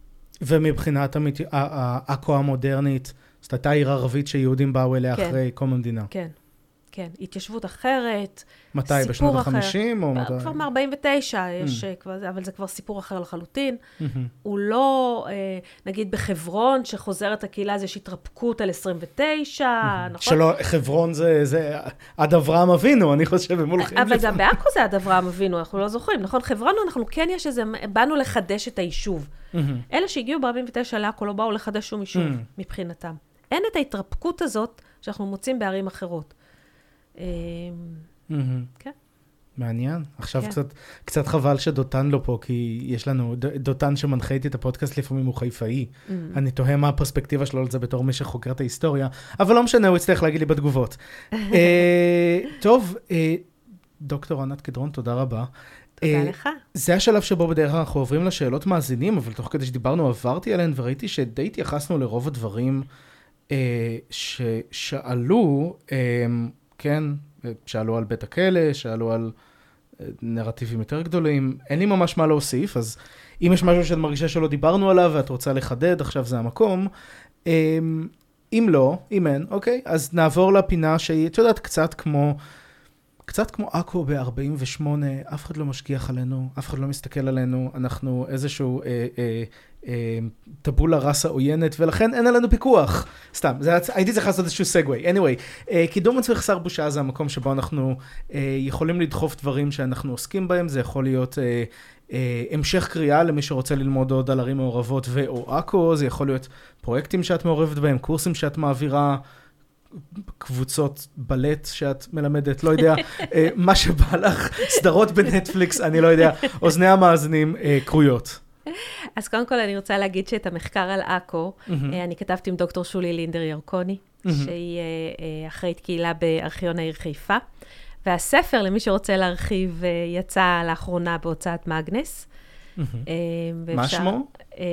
ומבחינת עכו המודרנית, זאת הייתה עיר ערבית שיהודים באו אליה אחרי קום המדינה. כן, כן. התיישבות אחרת, מתי? בשנות ה-חמישים? כבר מ-ארבעים ותשע, אבל זה כבר סיפור אחר לחלוטין. הוא לא, נגיד בחברון, שחוזרת הקהילה, יש התרפקות על עשרים ותשע, נכון? שלא, חברון זה עד אברהם אבינו, אני חושב, הם הולכים... אבל גם בעכו זה עד אברהם אבינו, אנחנו לא זוכרים, נכון? חברון, אנחנו כן יש איזה, באנו לחדש את היישוב. אלה שהגיעו ב-ארבעים ותשע לעכו לא באו לחדש שום יישוב מבחינתם. אין את ההתרפקות הזאת שאנחנו מוצאים בערים אחרות. כן. מעניין. עכשיו קצת חבל שדותן לא פה, כי יש לנו, דותן שמנחה איתי את הפודקאסט לפעמים הוא חיפאי. אני תוהה מה הפרספקטיבה שלו על זה בתור מי שחוקר את ההיסטוריה, אבל לא משנה, הוא יצטרך להגיד לי בתגובות. טוב, דוקטור ענת קדרון, תודה רבה. תודה לך. זה השלב שבו בדרך כלל אנחנו עוברים לשאלות מאזינים, אבל תוך כדי שדיברנו עברתי עליהן וראיתי שדי התייחסנו לרוב הדברים ששאלו, כן, שאלו על בית הכלא, שאלו על נרטיבים יותר גדולים. אין לי ממש מה להוסיף, אז אם יש משהו שאת מרגישה שלא דיברנו עליו, ואת רוצה לחדד, עכשיו זה המקום. אם לא, אם אין, אוקיי, אז נעבור לפינה שהיא, את יודעת, קצת כמו, קצת כמו עכו ב-ארבעים ושמונה, אף אחד לא משגיח עלינו, אף אחד לא מסתכל עלינו, אנחנו איזשהו... אה, אה, טבולה רסה עוינת, ולכן אין עלינו פיקוח. סתם, זה, הייתי צריך לעשות איזשהו סגווי. anyway, קידום עצמי חסר בושה זה המקום שבו אנחנו יכולים לדחוף דברים שאנחנו עוסקים בהם, זה יכול להיות המשך קריאה למי שרוצה ללמוד עוד על ערים מעורבות ואו עכו, זה יכול להיות פרויקטים שאת מעורבת בהם, קורסים שאת מעבירה, קבוצות בלט שאת מלמדת, לא יודע, מה שבא לך, סדרות בנטפליקס, אני לא יודע, אוזני המאזינים קרויות. אז קודם כל אני רוצה להגיד שאת המחקר על עכו, אני כתבתי עם דוקטור שולי לינדר ירקוני, שהיא אחראית קהילה בארכיון העיר חיפה, והספר, למי שרוצה להרחיב, יצא לאחרונה בהוצאת מאגנס. מה שמו?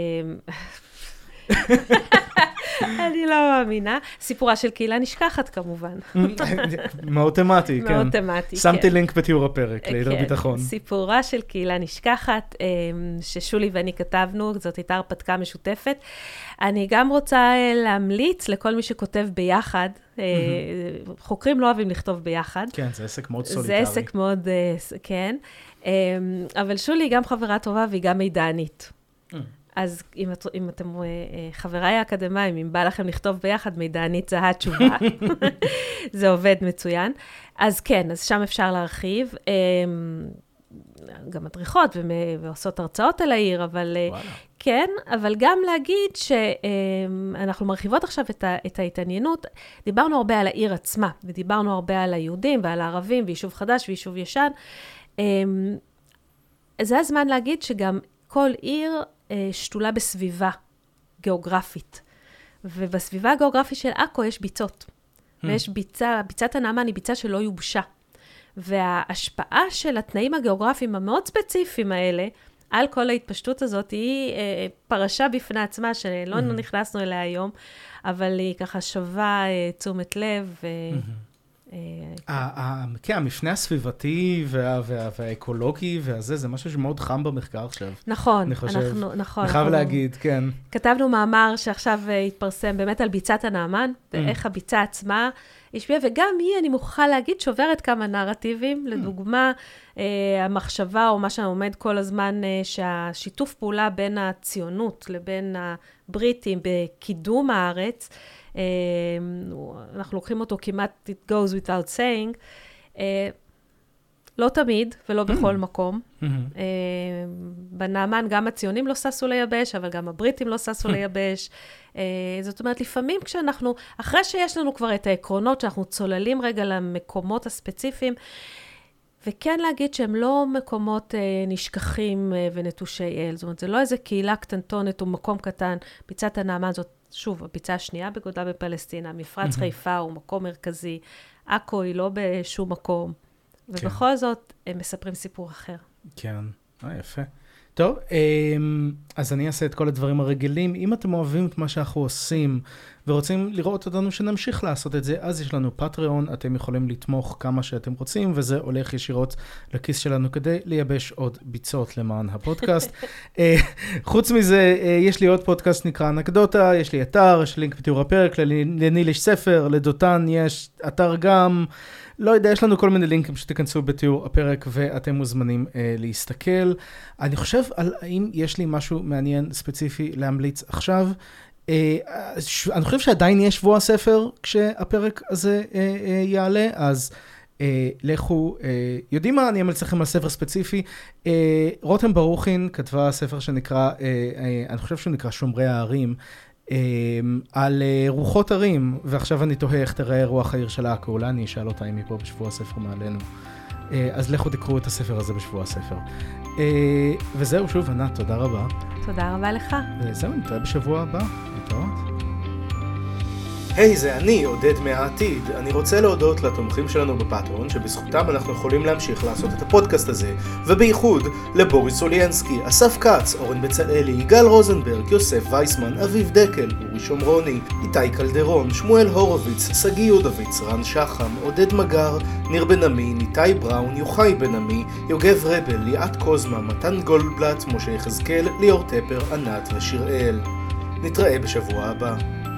אני לא מאמינה. סיפורה של קהילה נשכחת, כמובן. מאוד תמטי, כן. מאוד תמטי, כן. שמתי לינק בתיאור הפרק, ליתר ביטחון. סיפורה של קהילה נשכחת, ששולי ואני כתבנו, זאת הייתה הרפתקה משותפת. אני גם רוצה להמליץ לכל מי שכותב ביחד, חוקרים לא אוהבים לכתוב ביחד. כן, זה עסק מאוד סוליטרי. זה עסק מאוד, כן. אבל שולי היא גם חברה טובה והיא גם מידענית. אז אם, אם אתם חבריי האקדמיים, אם בא לכם לכתוב ביחד, מידענית זה התשובה. זה עובד מצוין. אז כן, אז שם אפשר להרחיב. גם מדריכות ועושות הרצאות על העיר, אבל וואלה. כן, אבל גם להגיד שאנחנו מרחיבות עכשיו את, ה, את ההתעניינות. דיברנו הרבה על העיר עצמה, ודיברנו הרבה על היהודים ועל הערבים, ויישוב חדש ויישוב ישן. זה הזמן להגיד שגם כל עיר שתולה בסביבה גיאוגרפית. ובסביבה הגיאוגרפית של עכו יש ביצות. Hmm. ויש ביצה, ביצת הנעמן היא ביצה שלא יובשה. וההשפעה של התנאים הגיאוגרפיים המאוד ספציפיים האלה, על כל ההתפשטות הזאת, היא אה, פרשה בפני עצמה, שלא hmm. נכנסנו אליה היום, אבל היא ככה שווה אה, תשומת לב. אה, hmm. כן, המפנה הסביבתי והאקולוגי והזה, זה משהו שמאוד חם במחקר עכשיו. נכון, אנחנו, נכון. אני חייב להגיד, כן. כתבנו מאמר שעכשיו התפרסם באמת על ביצת הנעמן, ואיך הביצה עצמה השפיעה, וגם היא, אני מוכרחה להגיד, שוברת כמה נרטיבים, לדוגמה, המחשבה או מה שעומד כל הזמן, שהשיתוף פעולה בין הציונות לבין הבריטים בקידום הארץ, אנחנו לוקחים אותו כמעט it goes without saying, לא תמיד ולא בכל מקום. בנעמן גם הציונים לא ססו לייבש, אבל גם הבריטים לא ססו לייבש. זאת אומרת, לפעמים כשאנחנו, אחרי שיש לנו כבר את העקרונות, שאנחנו צוללים רגע למקומות הספציפיים, וכן להגיד שהם לא מקומות נשכחים ונטושי אל. זאת אומרת, זה לא איזה קהילה קטנטונת או מקום קטן. ביצת הנעמן זאת, שוב, הביצה השנייה בגודלה בפלסטינה, מפרץ חיפה הוא מקום מרכזי, עכו היא לא בשום מקום, ובכל זאת הם מספרים סיפור אחר. כן, אה, יפה. טוב, אז אני אעשה את כל הדברים הרגילים. אם אתם אוהבים את מה שאנחנו עושים, ורוצים לראות אותנו שנמשיך לעשות את זה, אז יש לנו פטריון, אתם יכולים לתמוך כמה שאתם רוצים, וזה הולך ישירות לכיס שלנו כדי לייבש עוד ביצות למען הפודקאסט. חוץ מזה, יש לי עוד פודקאסט נקרא אנקדוטה, יש לי אתר, יש לינק בתיאור הפרק, לניל יש ספר, לדותן יש אתר גם, לא יודע, יש לנו כל מיני לינקים שתיכנסו בתיאור הפרק, ואתם מוזמנים אה, להסתכל. אני חושב על האם יש לי משהו מעניין ספציפי להמליץ עכשיו. אה, ש... אני חושב שעדיין יש שבוע הספר כשהפרק הזה אה, אה, יעלה, אז אה, לכו, אה, יודעים מה? אני אמליץ לכם על ספר ספציפי. אה, רותם ברוכין כתבה ספר שנקרא, אה, אה, אני חושב שהוא נקרא שומרי הערים, על רוחות ערים, ועכשיו אני תוהה איך תראה רוח העיר של עכו, אולי אני אשאל אותה אם היא פה בשבוע הספר מעלינו. אז לכו תקראו את הספר הזה בשבוע הספר. וזהו, שוב, ענת, תודה רבה. תודה רבה לך. וזהו, נתראה בשבוע הבא. להתראות. היי, hey, זה אני, עודד מהעתיד. אני רוצה להודות לתומכים שלנו בפטריון, שבזכותם אנחנו יכולים להמשיך לעשות את הפודקאסט הזה, ובייחוד לבוריס סוליינסקי, אסף קץ, אורן בצלאלי, יגאל רוזנברג, יוסף וייסמן, אביב דקל, אורי שומרוני, איתי קלדרון, שמואל הורוביץ, סגי יודוביץ, רן שחם, עודד מגר, ניר בן עמי, ניתי בראון, יוחאי בן עמי, יוגב רבל, ליאת קוזמה, מתן גולדבלט, משה יחזקאל, ליאור טפר, ענת ושיראל. נתראה בשבוע הבא.